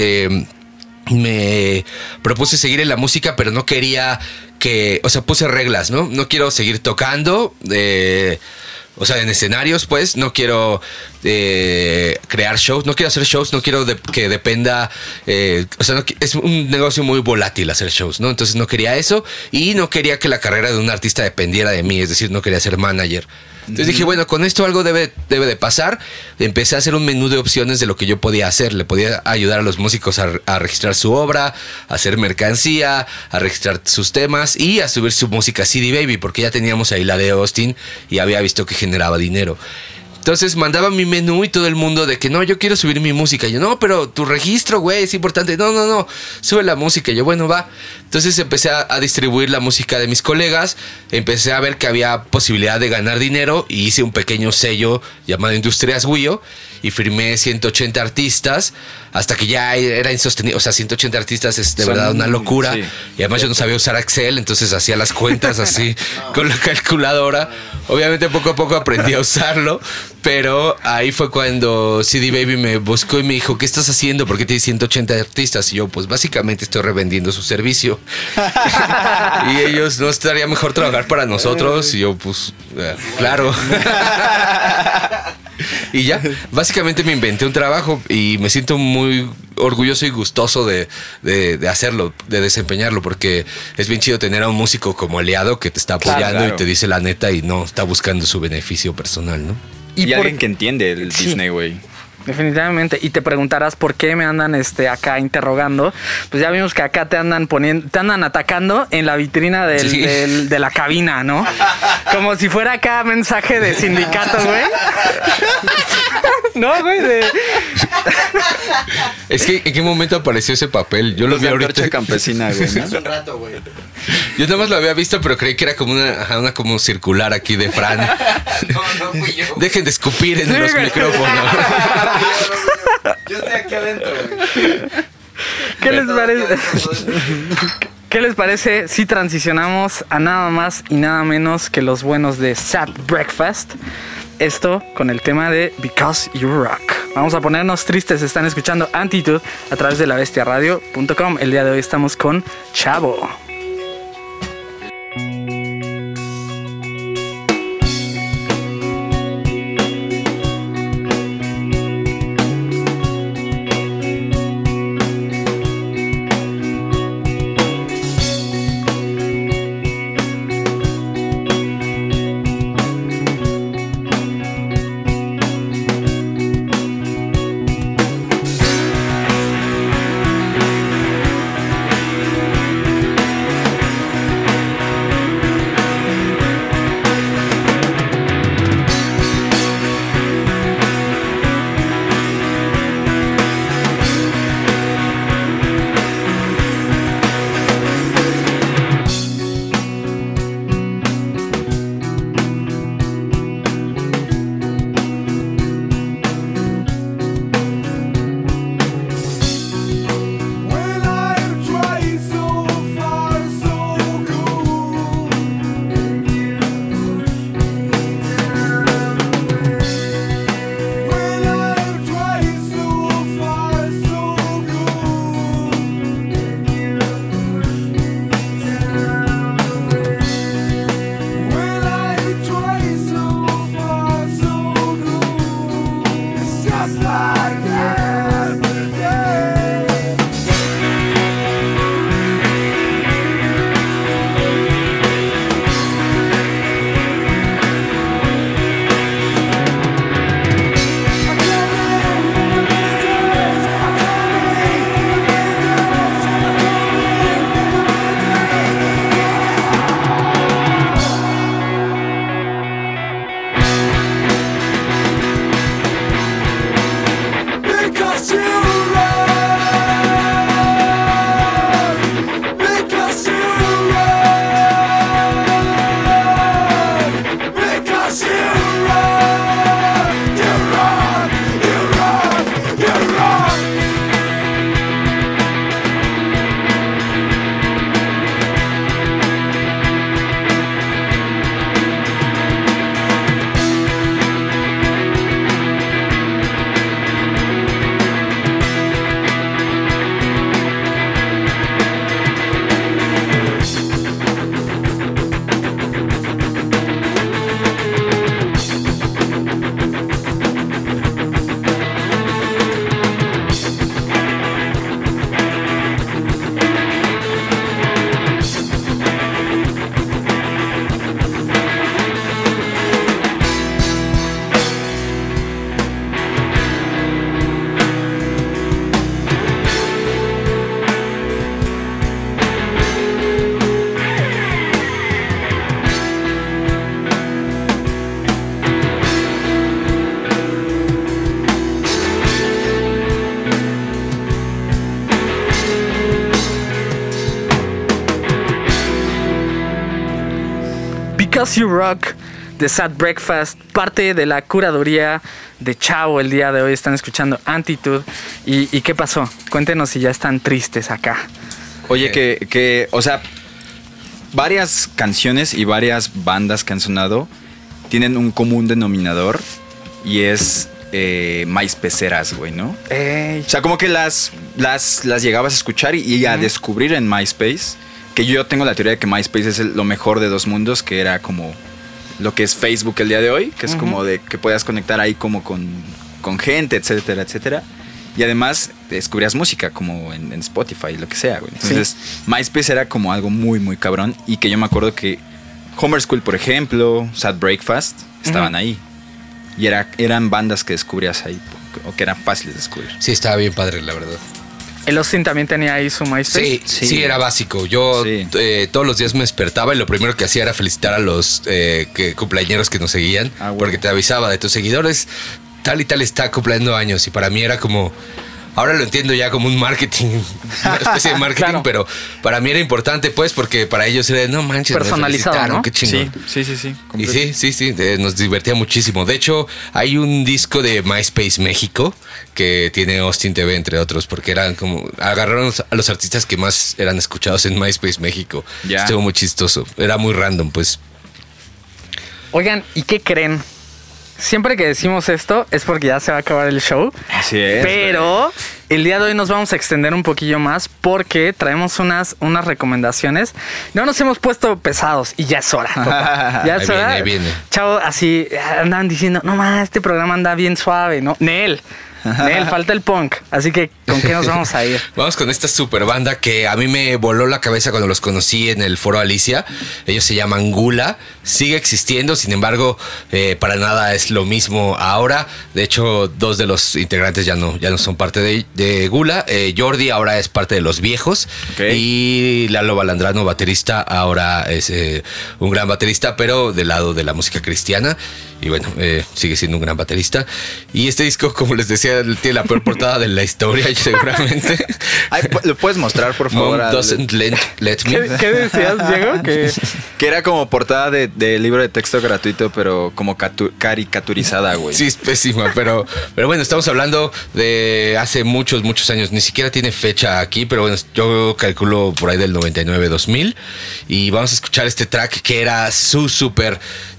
me propuse seguir en la música, pero no quería que, o sea, puse reglas, ¿no? No quiero seguir tocando, o sea, en escenarios, pues, no quiero crear shows, no quiero hacer shows, no quiero que dependa, o sea, es un negocio muy volátil hacer shows, ¿no? Entonces no quería eso y no quería que la carrera de un artista dependiera de mí, es decir, no quería ser manager. Entonces dije, bueno, con esto algo debe de pasar. Empecé a hacer un menú de opciones de lo que yo podía hacer. Le podía ayudar a los músicos a registrar su obra, a hacer mercancía, a registrar sus temas y a subir su música a CD Baby, porque ya teníamos ahí la de Austin y había visto que generaba dinero. Entonces mandaba mi menú y todo el mundo de que no, yo quiero subir mi música. Y yo, no, pero tu registro, güey, es importante. No, sube la música. Y yo, bueno, va. Entonces empecé a distribuir la música de mis colegas. Empecé a ver que había posibilidad de ganar dinero y hice un pequeño sello llamado Industrias Guyo y firmé 180 artistas hasta que ya era insostenible. O sea, 180 artistas es de verdad una locura. Sí. Y además yo no sabía usar Excel, entonces hacía las cuentas así con la calculadora. Obviamente poco a poco aprendí a usarlo, pero ahí fue cuando CD Baby me buscó y me dijo, ¿qué estás haciendo? ¿Por qué tienes 180 artistas? Y yo, pues básicamente estoy revendiendo su servicio. Y ellos, ¿no estaría mejor trabajar para nosotros? Y yo, pues, claro. Y ya, básicamente me inventé un trabajo y me siento muy orgulloso y gustoso de hacerlo, de desempeñarlo, porque es bien chido tener a un músico como aliado que te está apoyando Claro. y te dice la neta y no está buscando su beneficio personal, ¿no? Y por- alguien que entiende el Sí. Disney, güey. Definitivamente. Y te preguntarás por qué me andan acá interrogando. Pues ya vimos que acá te andan atacando en la vitrina Sí. de la cabina, ¿no? Como si fuera acá mensaje de sindicato, güey. No, güey. Es que, ¿en qué momento apareció ese papel? Yo lo Los vi de ahorita. Antorcha Campesina, güey, ¿no? Hace un rato, güey. Yo nada más lo había visto, pero creí que era como una como circular aquí de Fran. No fui yo. Dejen de escupir en Sí, los güey. micrófonos. Yo estoy aquí adentro, güey. ¿Qué les parece? ¿Qué les parece si transicionamos a nada más y nada menos que los buenos de Sad Breakfast? Esto con el tema de Because You Rock. Vamos a ponernos tristes. Están escuchando Antitude a través de labestiaradio.com. El día de hoy estamos con Chavo. Because You Rock de Sad Breakfast, parte de la curaduría de Chavo el día de hoy. Están escuchando Antitude. ¿Y qué pasó? Cuéntenos si ya están tristes acá. Oye, o sea, varias canciones y varias bandas que han sonado tienen un común denominador y es MySpaceeras, güey, ¿no? O sea, como que las llegabas a escuchar y a descubrir en MySpace, que yo tengo la teoría de que MySpace es lo mejor de dos mundos, que era como lo que es Facebook el día de hoy, que es como de que puedas conectar ahí como con gente, etcétera, etcétera. Y además descubrías música como en Spotify, lo que sea, güey. Entonces, MySpace era como algo muy, muy cabrón. Y que yo me acuerdo que Homer School, por ejemplo, Sad Breakfast, estaban ahí. Y eran bandas que descubrías ahí, o que eran fáciles de descubrir. Sí, estaba bien padre, la verdad. ¿El Austin también tenía ahí su MySpace? Sí, era básico. Yo todos los días me despertaba y lo primero que hacía era felicitar a los cumpleañeros que nos seguían, porque te avisaba de tus seguidores, tal y tal está cumpliendo años. Y para mí era como... Ahora lo entiendo ya como un marketing, una especie de marketing, claro. Pero para mí era importante, pues, porque para ellos era, no manches, personalizado, ¿no? Qué chingón. Sí. Y sí, nos divertía muchísimo. De hecho, hay un disco de MySpace México que tiene Austin TV, entre otros, porque eran como, agarraron a los artistas que más eran escuchados en MySpace México. Ya. Estuvo muy chistoso. Era muy random, pues. Oigan, ¿y qué creen? Siempre que decimos esto es porque ya se va a acabar el show. Así es. Pero el día de hoy nos vamos a extender un poquillo más porque traemos unas recomendaciones. No nos hemos puesto pesados y ya es hora. Papá. Ya es hora. Ahí viene. Chavo, así andaban diciendo, no más, este programa anda bien suave, ¿no? Nel, falta el punk. Así que, ¿con qué nos vamos a ir? Vamos con esta super banda que a mí me voló la cabeza cuando los conocí en el Foro Alicia. Ellos se llaman Gula. Sigue existiendo, sin embargo, para nada es lo mismo ahora. De hecho, dos de los integrantes ya no son parte de Gula. Jordi ahora es parte de Los Viejos. Okay. Y Lalo Balandrano, baterista, ahora es un gran baterista, pero del lado de la música cristiana. Y bueno, sigue siendo un gran baterista. Y este disco, como les decía, tiene la peor portada de la historia, seguramente. Ay, ¿lo puedes mostrar, por favor? Mom doesn't let me. ¿Qué decías, Diego? Que era como portada de libro de texto gratuito, pero como caricaturizada, güey. Sí, es pésima, pero bueno, estamos hablando de hace muchos años. Ni siquiera tiene fecha aquí, pero bueno, yo calculo por ahí del 99-2000. Y vamos a escuchar este track que era su super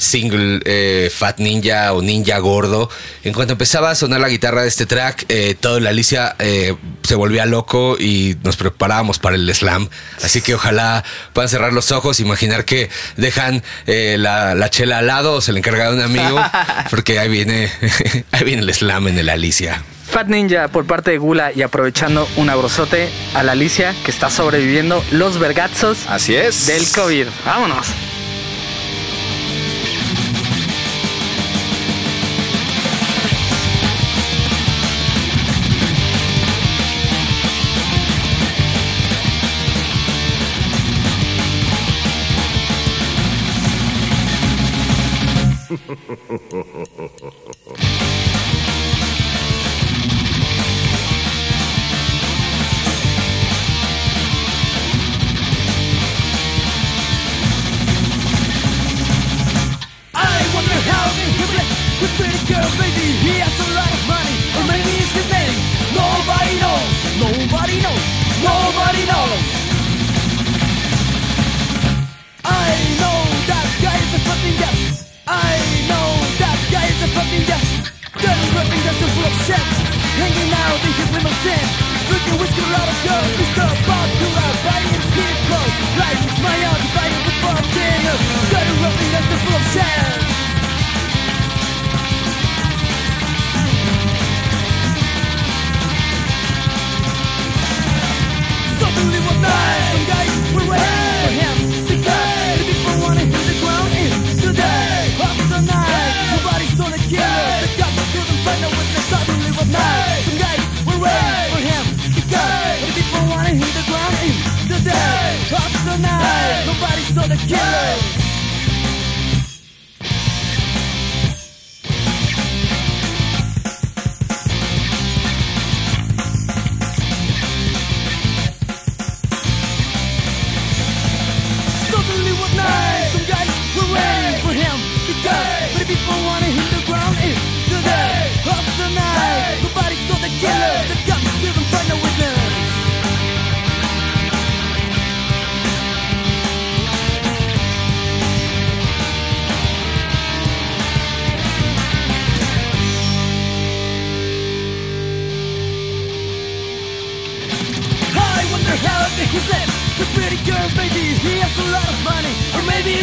single, Fat Ninja o Ninja Gordo. En cuanto empezaba a sonar la guitarra de este track, todo la Alicia se volvía loco y nos preparábamos para el slam. Así que ojalá puedan cerrar los ojos, imaginar que dejan la chela al lado o se le encarga de un amigo, porque ahí viene el slam en el Alicia. Fat Ninja por parte de Gula, y aprovechando un abrazote a la Alicia que está sobreviviendo los vergazos. Así es. Del COVID. Vámonos. Suddenly one night, some guys were ready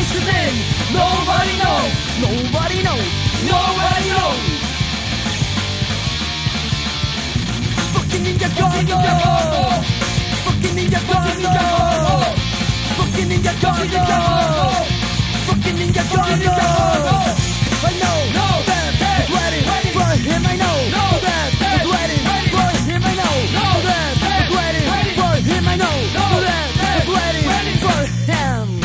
used to sing. Nobody knows, nobody knows, nobody knows. Fucking Ninja Gordo, fucking Ninja Gordo, fucking Ninja Gordo, fucking Ninja Gordo. I know that was waiting for him. I know that was waiting for him. I know that was waiting for him. I know that was waiting for him.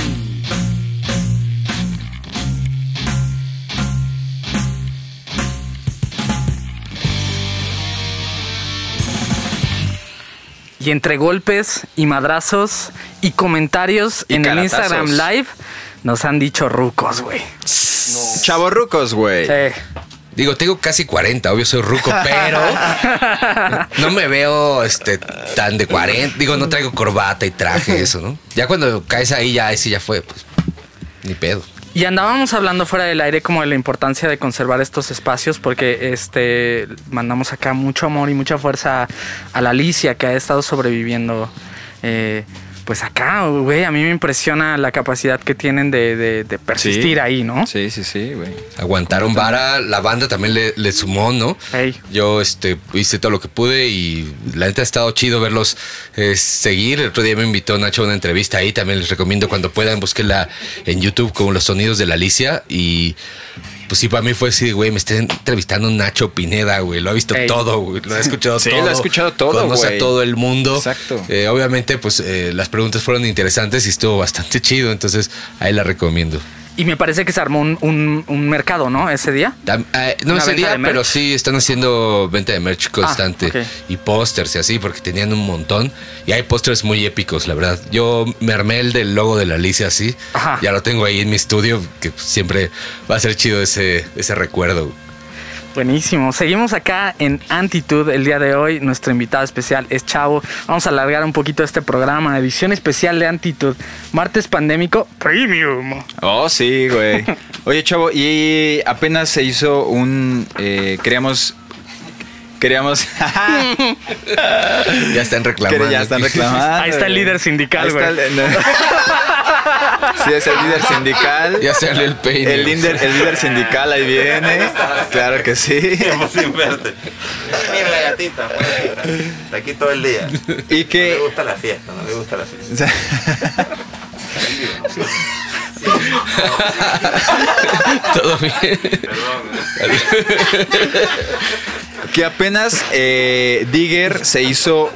Y entre golpes y madrazos y comentarios Y en el caratazos. Instagram Live, nos han dicho rucos, güey. Chavorrucos, güey. Digo, tengo casi 40, obvio soy ruco, pero no me veo tan de 40. Digo, no traigo corbata y traje, eso, ¿no? Ya cuando caes ahí, ya ese ya fue, pues, ni pedo. Y andábamos hablando fuera del aire como de la importancia de conservar estos espacios porque mandamos acá mucho amor y mucha fuerza a la Alicia que ha estado sobreviviendo pues acá, güey. A mí me impresiona la capacidad que tienen de persistir Sí. ahí, ¿no? Sí, güey. Aguantaron vara, la banda también le sumó, ¿no? Ey. Yo hice todo lo que pude y la neta ha estado chido verlos seguir. El otro día me invitó Nacho a una entrevista ahí, también les recomiendo cuando puedan, búsquenla en YouTube como Los Sonidos de la Alicia. Y pues sí, para mí fue así, güey, me está entrevistando Nacho Pineda, güey, lo ha visto Ey. todo, güey, lo ha escuchado Sí, todo. lo ha escuchado todo, conoce güey. a todo el mundo. Exacto. Obviamente, pues las preguntas fueron interesantes y estuvo bastante chido, entonces ahí la recomiendo. Y me parece que se armó un mercado, ¿no? Ese día. No ¿Una ese venta día, de merch? pero sí están haciendo venta de merch constante. ok. Y pósters y así, porque tenían un montón. Y hay pósters muy épicos, la verdad. Yo me armé el del logo de la Alicia así. Ajá. Ya lo tengo ahí en mi estudio, que siempre va a ser chido ese recuerdo. Buenísimo. Seguimos acá en Antitude el día de hoy. Nuestro invitado especial es Chavo. Vamos a alargar un poquito este programa. Edición especial de Antitude. Martes pandémico Premium. Oh, sí, güey. Oye, Chavo, y apenas se hizo queríamos Ya están reclamando. Ya están reclamando. Ahí está el líder sindical, Ahí está güey. Sí, es el líder sindical. Ya salió el peine. El líder sindical ahí viene. Claro que sí. Tiempo sin verte. Mira la gatita, pues, está aquí todo el día. Y No que le gusta la fiesta, no le gusta la fiesta. Todo bien. Perdón. que apenas Digger se hizo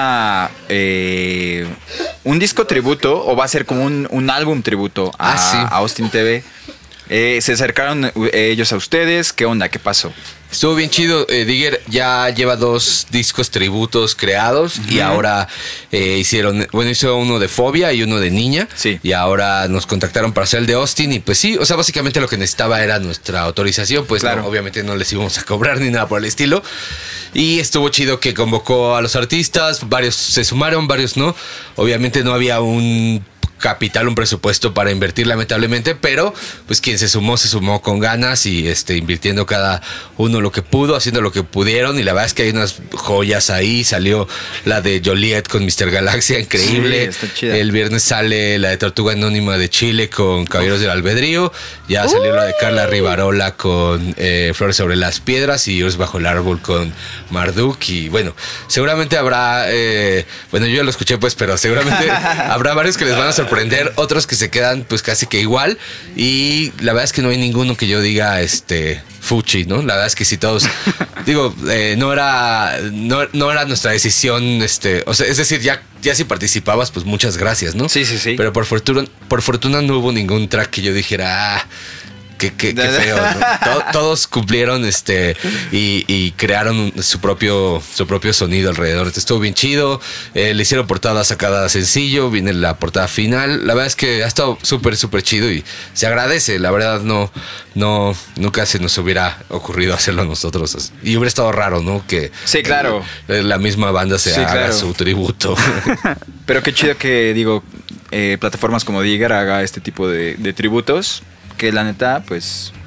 un disco tributo, o va a ser como un álbum tributo Sí. a Austin TV. Se acercaron ellos a ustedes. ¿Qué onda? ¿Qué pasó? Estuvo bien chido. Digger ya lleva 2 discos tributos creados y ahora hizo uno de Fobia y uno de Niña. Sí. Y ahora nos contactaron para hacer el de Austin y pues sí, o sea, básicamente lo que necesitaba era nuestra autorización, pues Claro. no, obviamente no les íbamos a cobrar ni nada por el estilo. Y estuvo chido que convocó a los artistas, varios se sumaron, varios no. Obviamente no había un capital, un presupuesto para invertir lamentablemente, pero pues quien se sumó con ganas y invirtiendo cada uno lo que pudo, haciendo lo que pudieron, y la verdad es que hay unas joyas ahí. Salió la de Joliet con Mr. Galaxia, increíble. Sí, está chida. El viernes sale la de Tortuga Anónima de Chile con Caballeros del Albedrío, ya salió la de Carla Rivarola con Flores sobre las Piedras y Urs bajo el árbol con Marduk, y bueno, seguramente habrá bueno, yo ya lo escuché pues, pero seguramente habrá varios que les van a sorprender, otros que se quedan pues casi que igual, y la verdad es que no hay ninguno que yo diga fuchi, ¿no? La verdad es que si todos digo, no era nuestra decisión, o sea, es decir, ya si participabas, pues muchas gracias, ¿no? Sí. Pero por fortuna no hubo ningún track que yo dijera, qué feo, ¿no? Todos cumplieron y crearon su propio sonido alrededor. Entonces, estuvo bien chido. Le hicieron portadas a cada sencillo, viene la portada final. La verdad es que ha estado súper chido y se agradece. La verdad nunca se nos hubiera ocurrido hacerlo nosotros. Y hubiera estado raro, ¿no? Que Sí, claro. la misma banda se haga claro. su tributo. Pero qué chido que, plataformas como Digger haga este tipo de tributos. Que la neta, pues,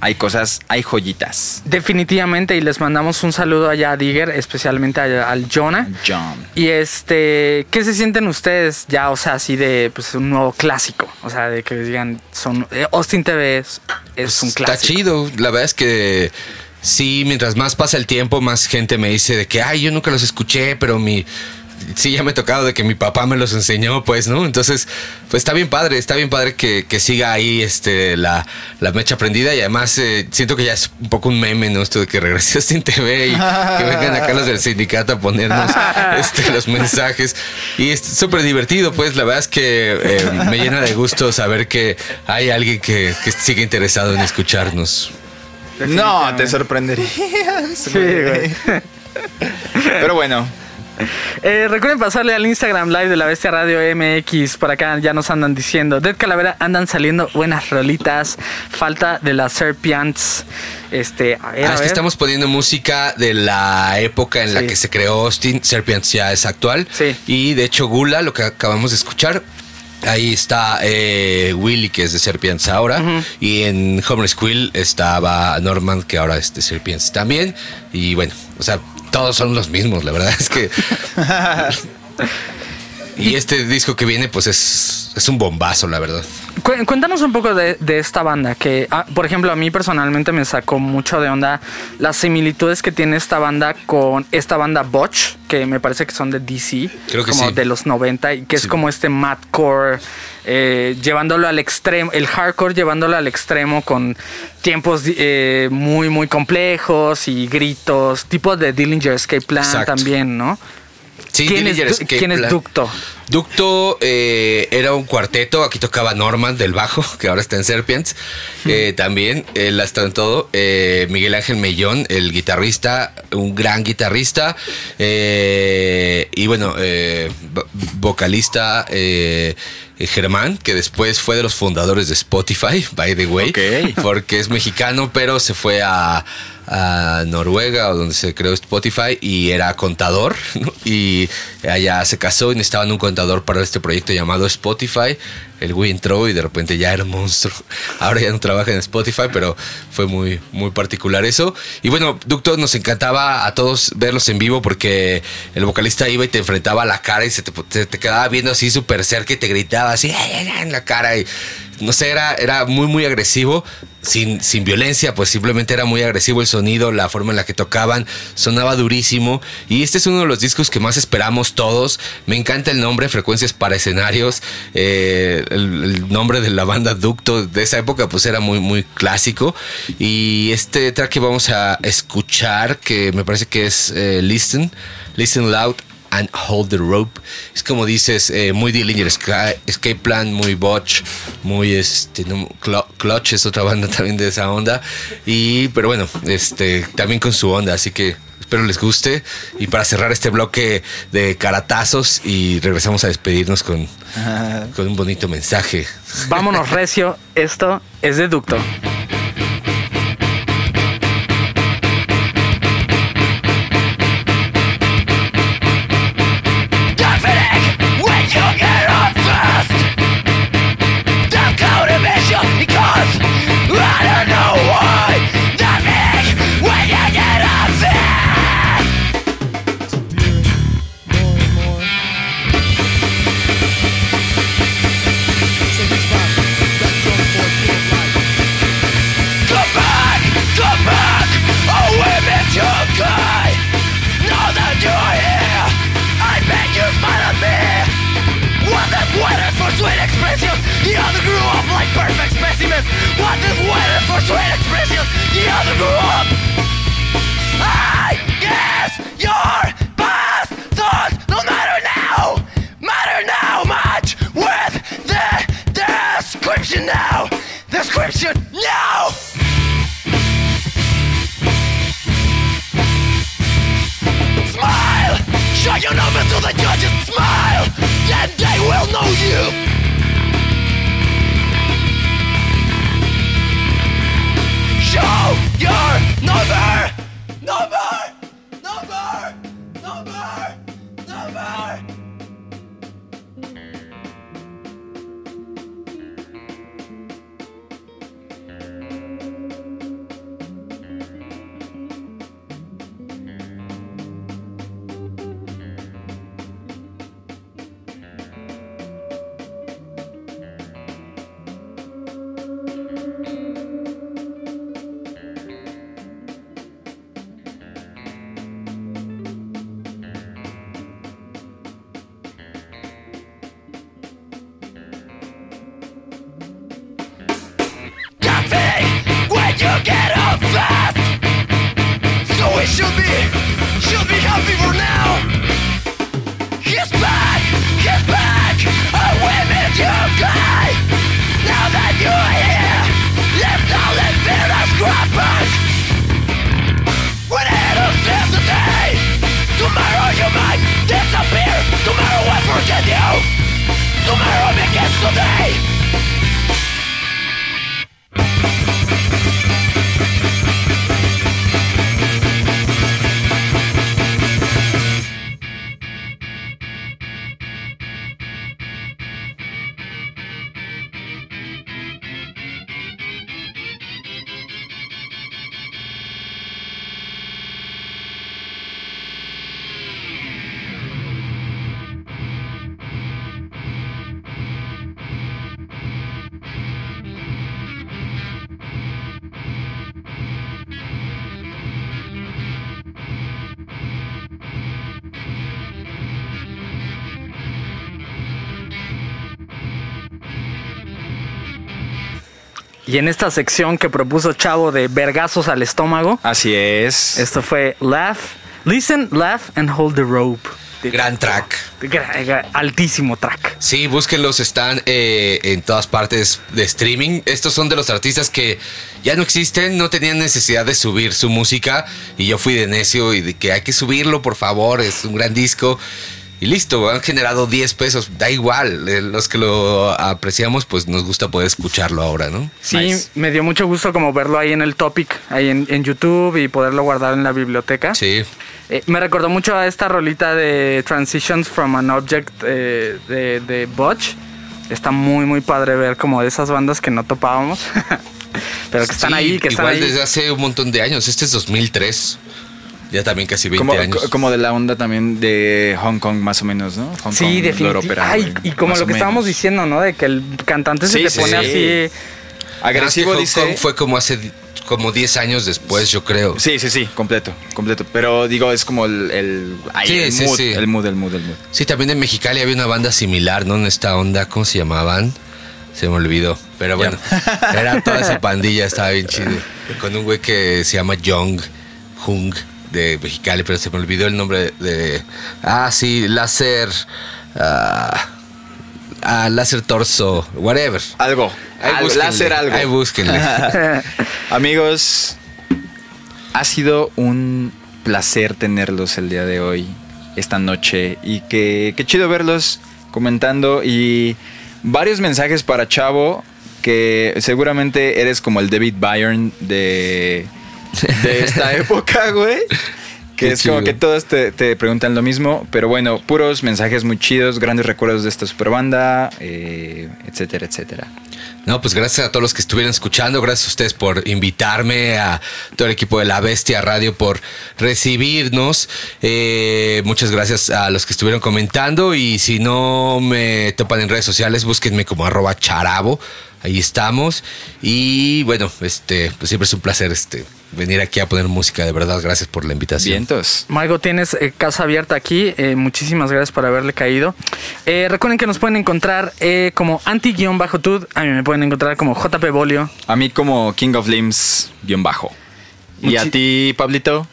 hay cosas, hay joyitas. Definitivamente, y les mandamos un saludo allá a Digger, especialmente al Jonah. John. Y ¿qué se sienten ustedes ya, o sea, así de pues un nuevo clásico? O sea, de que digan, Austin TV es un clásico. Está chido, la verdad es que sí, mientras más pasa el tiempo, más gente me dice de que, ay, yo nunca los escuché, pero sí, ya me ha tocado de que mi papá me los enseñó, pues, ¿no? Entonces, pues está bien padre que siga ahí la mecha prendida y además siento que ya es un poco un meme, ¿no? Esto de que regrese a Austin TV y que vengan acá los del sindicato a ponernos los mensajes. Y es súper divertido, pues, la verdad es que me llena de gusto saber que hay alguien que sigue interesado en escucharnos. No, te sorprendería. Sí, güey. Pero bueno. Recuerden pasarle al Instagram Live de La Bestia Radio MX. Por acá ya nos andan diciendo Dead Calavera, andan saliendo buenas rolitas. Falta de las Serpients. Es que estamos poniendo música de la época en la que se creó Austin. Serpients ya es actual. Sí. Y de hecho Gula, lo que acabamos de escuchar, ahí está Willy, que es de Serpients ahora. Y en Homeless Quill estaba Norman, que ahora es de Serpients también. Y bueno, o sea, todos son los mismos, la verdad es que... Y este disco que viene, pues es un bombazo, la verdad. Cuéntanos un poco de esta banda, que, por ejemplo, a mí personalmente me sacó mucho de onda las similitudes que tiene esta banda con esta banda Botch, que me parece que son de DC, creo que como sí, de los 90, y que es como este madcore, llevándolo al extremo, el hardcore llevándolo al extremo con tiempos muy, muy complejos y gritos, tipo de Dillinger Escape Plan. Exacto. También, ¿no? Sí, ¿Quién es Ducto? Ducto era un cuarteto. Aquí tocaba Norman del bajo, que ahora está en Serpients. También, él ha estado en todo. Miguel Ángel Mellón, el guitarrista, un gran guitarrista. Y bueno, vocalista Germán, que después fue de los fundadores de Spotify, by the way. Okay. Porque es mexicano, pero se fue a Noruega, o donde se creó Spotify, y era contador, ¿no? Y allá se casó y necesitaban un contador para este proyecto llamado Spotify. El güey entró y de repente ya era un monstruo. Ahora ya no trabaja en Spotify, pero fue muy, muy particular eso. Y bueno, Ducto, nos encantaba a todos verlos en vivo porque el vocalista iba y te enfrentaba a la cara y se te quedaba viendo así súper cerca y te gritaba así en la cara. Y no sé, era muy, muy agresivo. Sin violencia, pues simplemente era muy agresivo el sonido, la forma en la que tocaban, sonaba durísimo. Y este es uno de los discos que más esperamos todos. Me encanta el nombre, Frecuencias para Escenarios. El nombre de la banda Ducto de esa época pues era muy, muy clásico. Y este track que vamos a escuchar, que me parece que es Listen Loud and Hold the Rope, es como dices, muy Dillinger Escape Plan, muy Botch, muy Clutch es otra banda también de esa onda, pero bueno, también con su onda, así que espero les guste. Y para cerrar este bloque de caratazos, y regresamos a despedirnos con un bonito mensaje. Vámonos recio, esto es de Ducto. get up fast. So we should be happy for now. He's back, a women to cry. Now that you're here, let's all let fear us grab back. When it is yesterday, tomorrow you might disappear. Tomorrow I forget you. Tomorrow begins today. Y en esta sección que propuso Chavo de vergazos al estómago, Así es. esto fue Laugh, Listen, Laugh and Hold the Rope. Gran track. Altísimo track. Sí, búsquenlos, están en todas partes de streaming. Estos son de los artistas que ya no existen, no tenían necesidad de subir su música. Y yo fui de necio y de que hay que subirlo, por favor, es un gran disco. Y listo, han generado 10 pesos, da igual. Los que lo apreciamos, pues nos gusta poder escucharlo ahora, ¿no? Sí, Nice. me dio mucho gusto como verlo ahí en el topic, ahí en YouTube y poderlo guardar en la biblioteca. Sí. Me recordó mucho a esta rolita de Transitions from an Object de Butch. Está muy, muy padre ver como de esas bandas que no topábamos, pero que están Sí, ahí, que están igual ahí. desde hace un montón de años. Este es 2003. Ya también casi 20 años. Como de la onda también de Hong Kong, más o menos, ¿no? Hong Sí, Kong, definitivamente. Opera, Ay, güey, y como más lo o que estábamos menos. diciendo, ¿no? De que el cantante se Sí, te sí, pone sí. así. Agresivo, Hong dice. Kong fue como hace como 10 años después, yo creo. Sí, completo. Pero digo, es como ay, Sí, el sí, mood, sí. el mood. Sí, también en Mexicali había una banda similar, ¿no? En esta onda, ¿cómo se llamaban? Se me olvidó. Pero bueno, era toda esa pandilla, estaba bien chido. Con un güey que se llama Hung de Mexicali, pero se me olvidó el nombre de... sí, Láser... Láser Torso, whatever. Algo. Láser algo. Ahí búsquenle. Amigos, ha sido un placer tenerlos el día de hoy, esta noche. Y qué chido verlos comentando. Y varios mensajes para Chavo, que seguramente eres como el David Byrne de esta época, güey. Que Qué es como chido. que todos te preguntan lo mismo. Pero bueno, puros mensajes muy chidos, grandes recuerdos de esta super banda, etcétera, etcétera. No, pues gracias a todos los que estuvieron escuchando, gracias a ustedes por invitarme, a todo el equipo de La Bestia Radio por recibirnos, muchas gracias a los que estuvieron comentando y si no me topan en redes sociales, búsquenme como @charabo, ahí estamos y bueno, pues siempre es un placer venir aquí a poner música, de verdad, gracias por la invitación. Vientos. Margo, tienes casa abierta aquí. Muchísimas gracias por haberle caído. Recuerden que nos pueden encontrar como anti-tud. A mí me pueden encontrar como JP Bolio. A mí como King of Limbs _. ¿Y a ti, Pablito?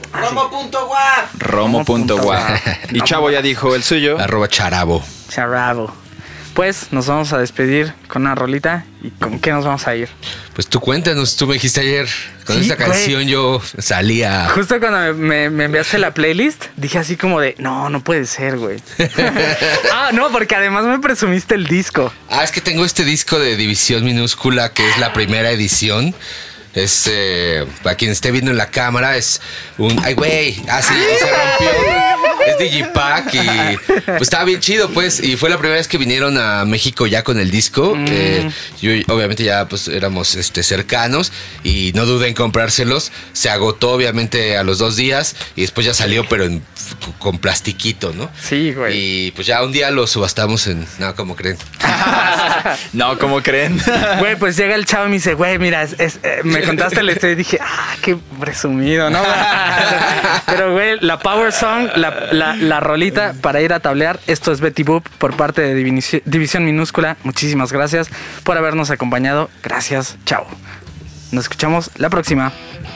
Romo.guap. Y Chavo ya dijo el suyo. @charabo. Charabo. Pues nos vamos a despedir con una rolita. ¿Y con qué nos vamos a ir? Pues tú cuéntanos, tú me dijiste ayer, con Sí, esta güey. canción yo salía... Justo cuando me enviaste la playlist, dije así como de, no puede ser, güey. No, porque además me presumiste el disco. Es que tengo este disco de División Minúscula, que es la primera edición. Es, para quien esté viendo en la cámara, es un... ¡Ay, güey! Se rompió. Es Digipack y pues estaba bien chido, pues. Y fue la primera vez que vinieron a México ya con el disco. Yo, obviamente, ya pues éramos cercanos y no dudé en comprárselos. Se agotó, obviamente, a los 2 días y después ya salió, pero con plastiquito, ¿no? Sí, güey. Y pues ya un día lo subastamos en... No, ¿cómo creen? No, ¿cómo creen? Güey, pues llega el chavo y me dice, güey, mira, me contaste la historia y dije, qué presumido, ¿no? Pero, güey, la Power Song, la rolita para ir a tablear, esto es Betty Boop por parte de División Minúscula. Muchísimas gracias por habernos acompañado. Gracias, chao. Nos escuchamos la próxima.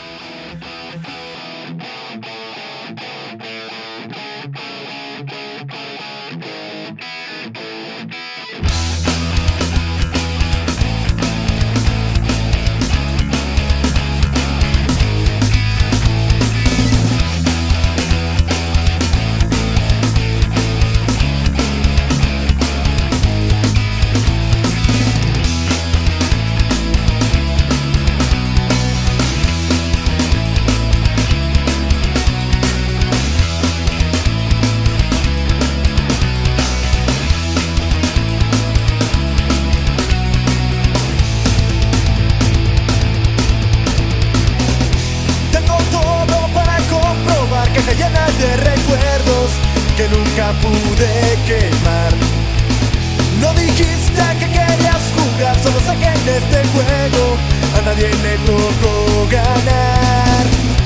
Tengo todo para comprobar que se llena de recuerdos que nunca pude quemar. No dijiste que querías jugar, solo sé que en este juego a nadie le tocó ganar.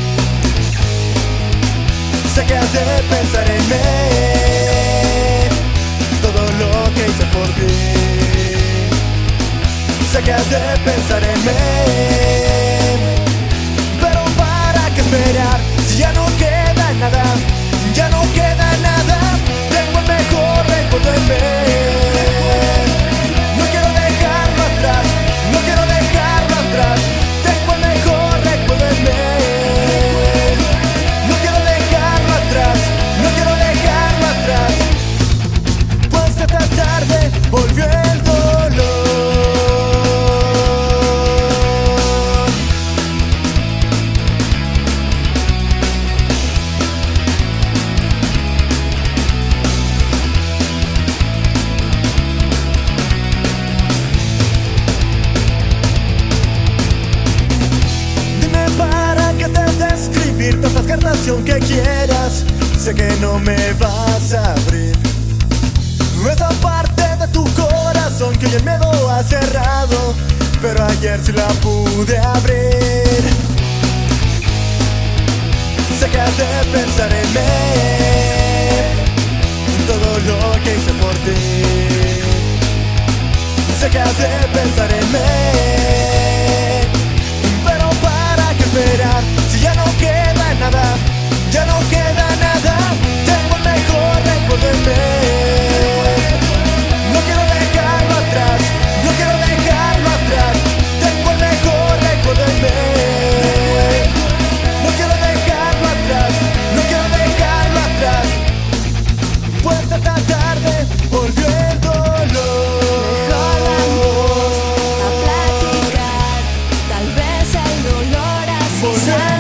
Sé que has de pensar en mí, todo lo que hice por ti. Sé que has de pensar en mí, pero para qué esperar si ya no queda nada, ya no queda nada. Tengo el mejor recuerdo en mí. No quiero dejarlo atrás, no quiero dejarlo atrás. Tengo el mejor recuerdo en mí. No quiero dejarlo atrás, no quiero dejarlo atrás. Pues esta tarde volvió el dolor. Dime para que te de escribir todas las cartas que quieras. Sé que no me vas a abrir esa parte de tu corazón que hoy el miedo ha cerrado, pero ayer sí la pude abrir. Sé que has de pensar en mí, todo lo que hice por ti. Sé que has de pensar en mí, pero para qué esperar si ya no queda nada, ya no queda nada. Tengo el mejor recuerdo en mí. No quiero dejarlo atrás, no quiero dejarlo atrás. Tengo el mejor recuerdo en mí. No quiero dejarlo atrás, no quiero dejarlo atrás. Pues esta tarde volvió el dolor. Mejor vamos a platicar, tal vez el dolor así sea.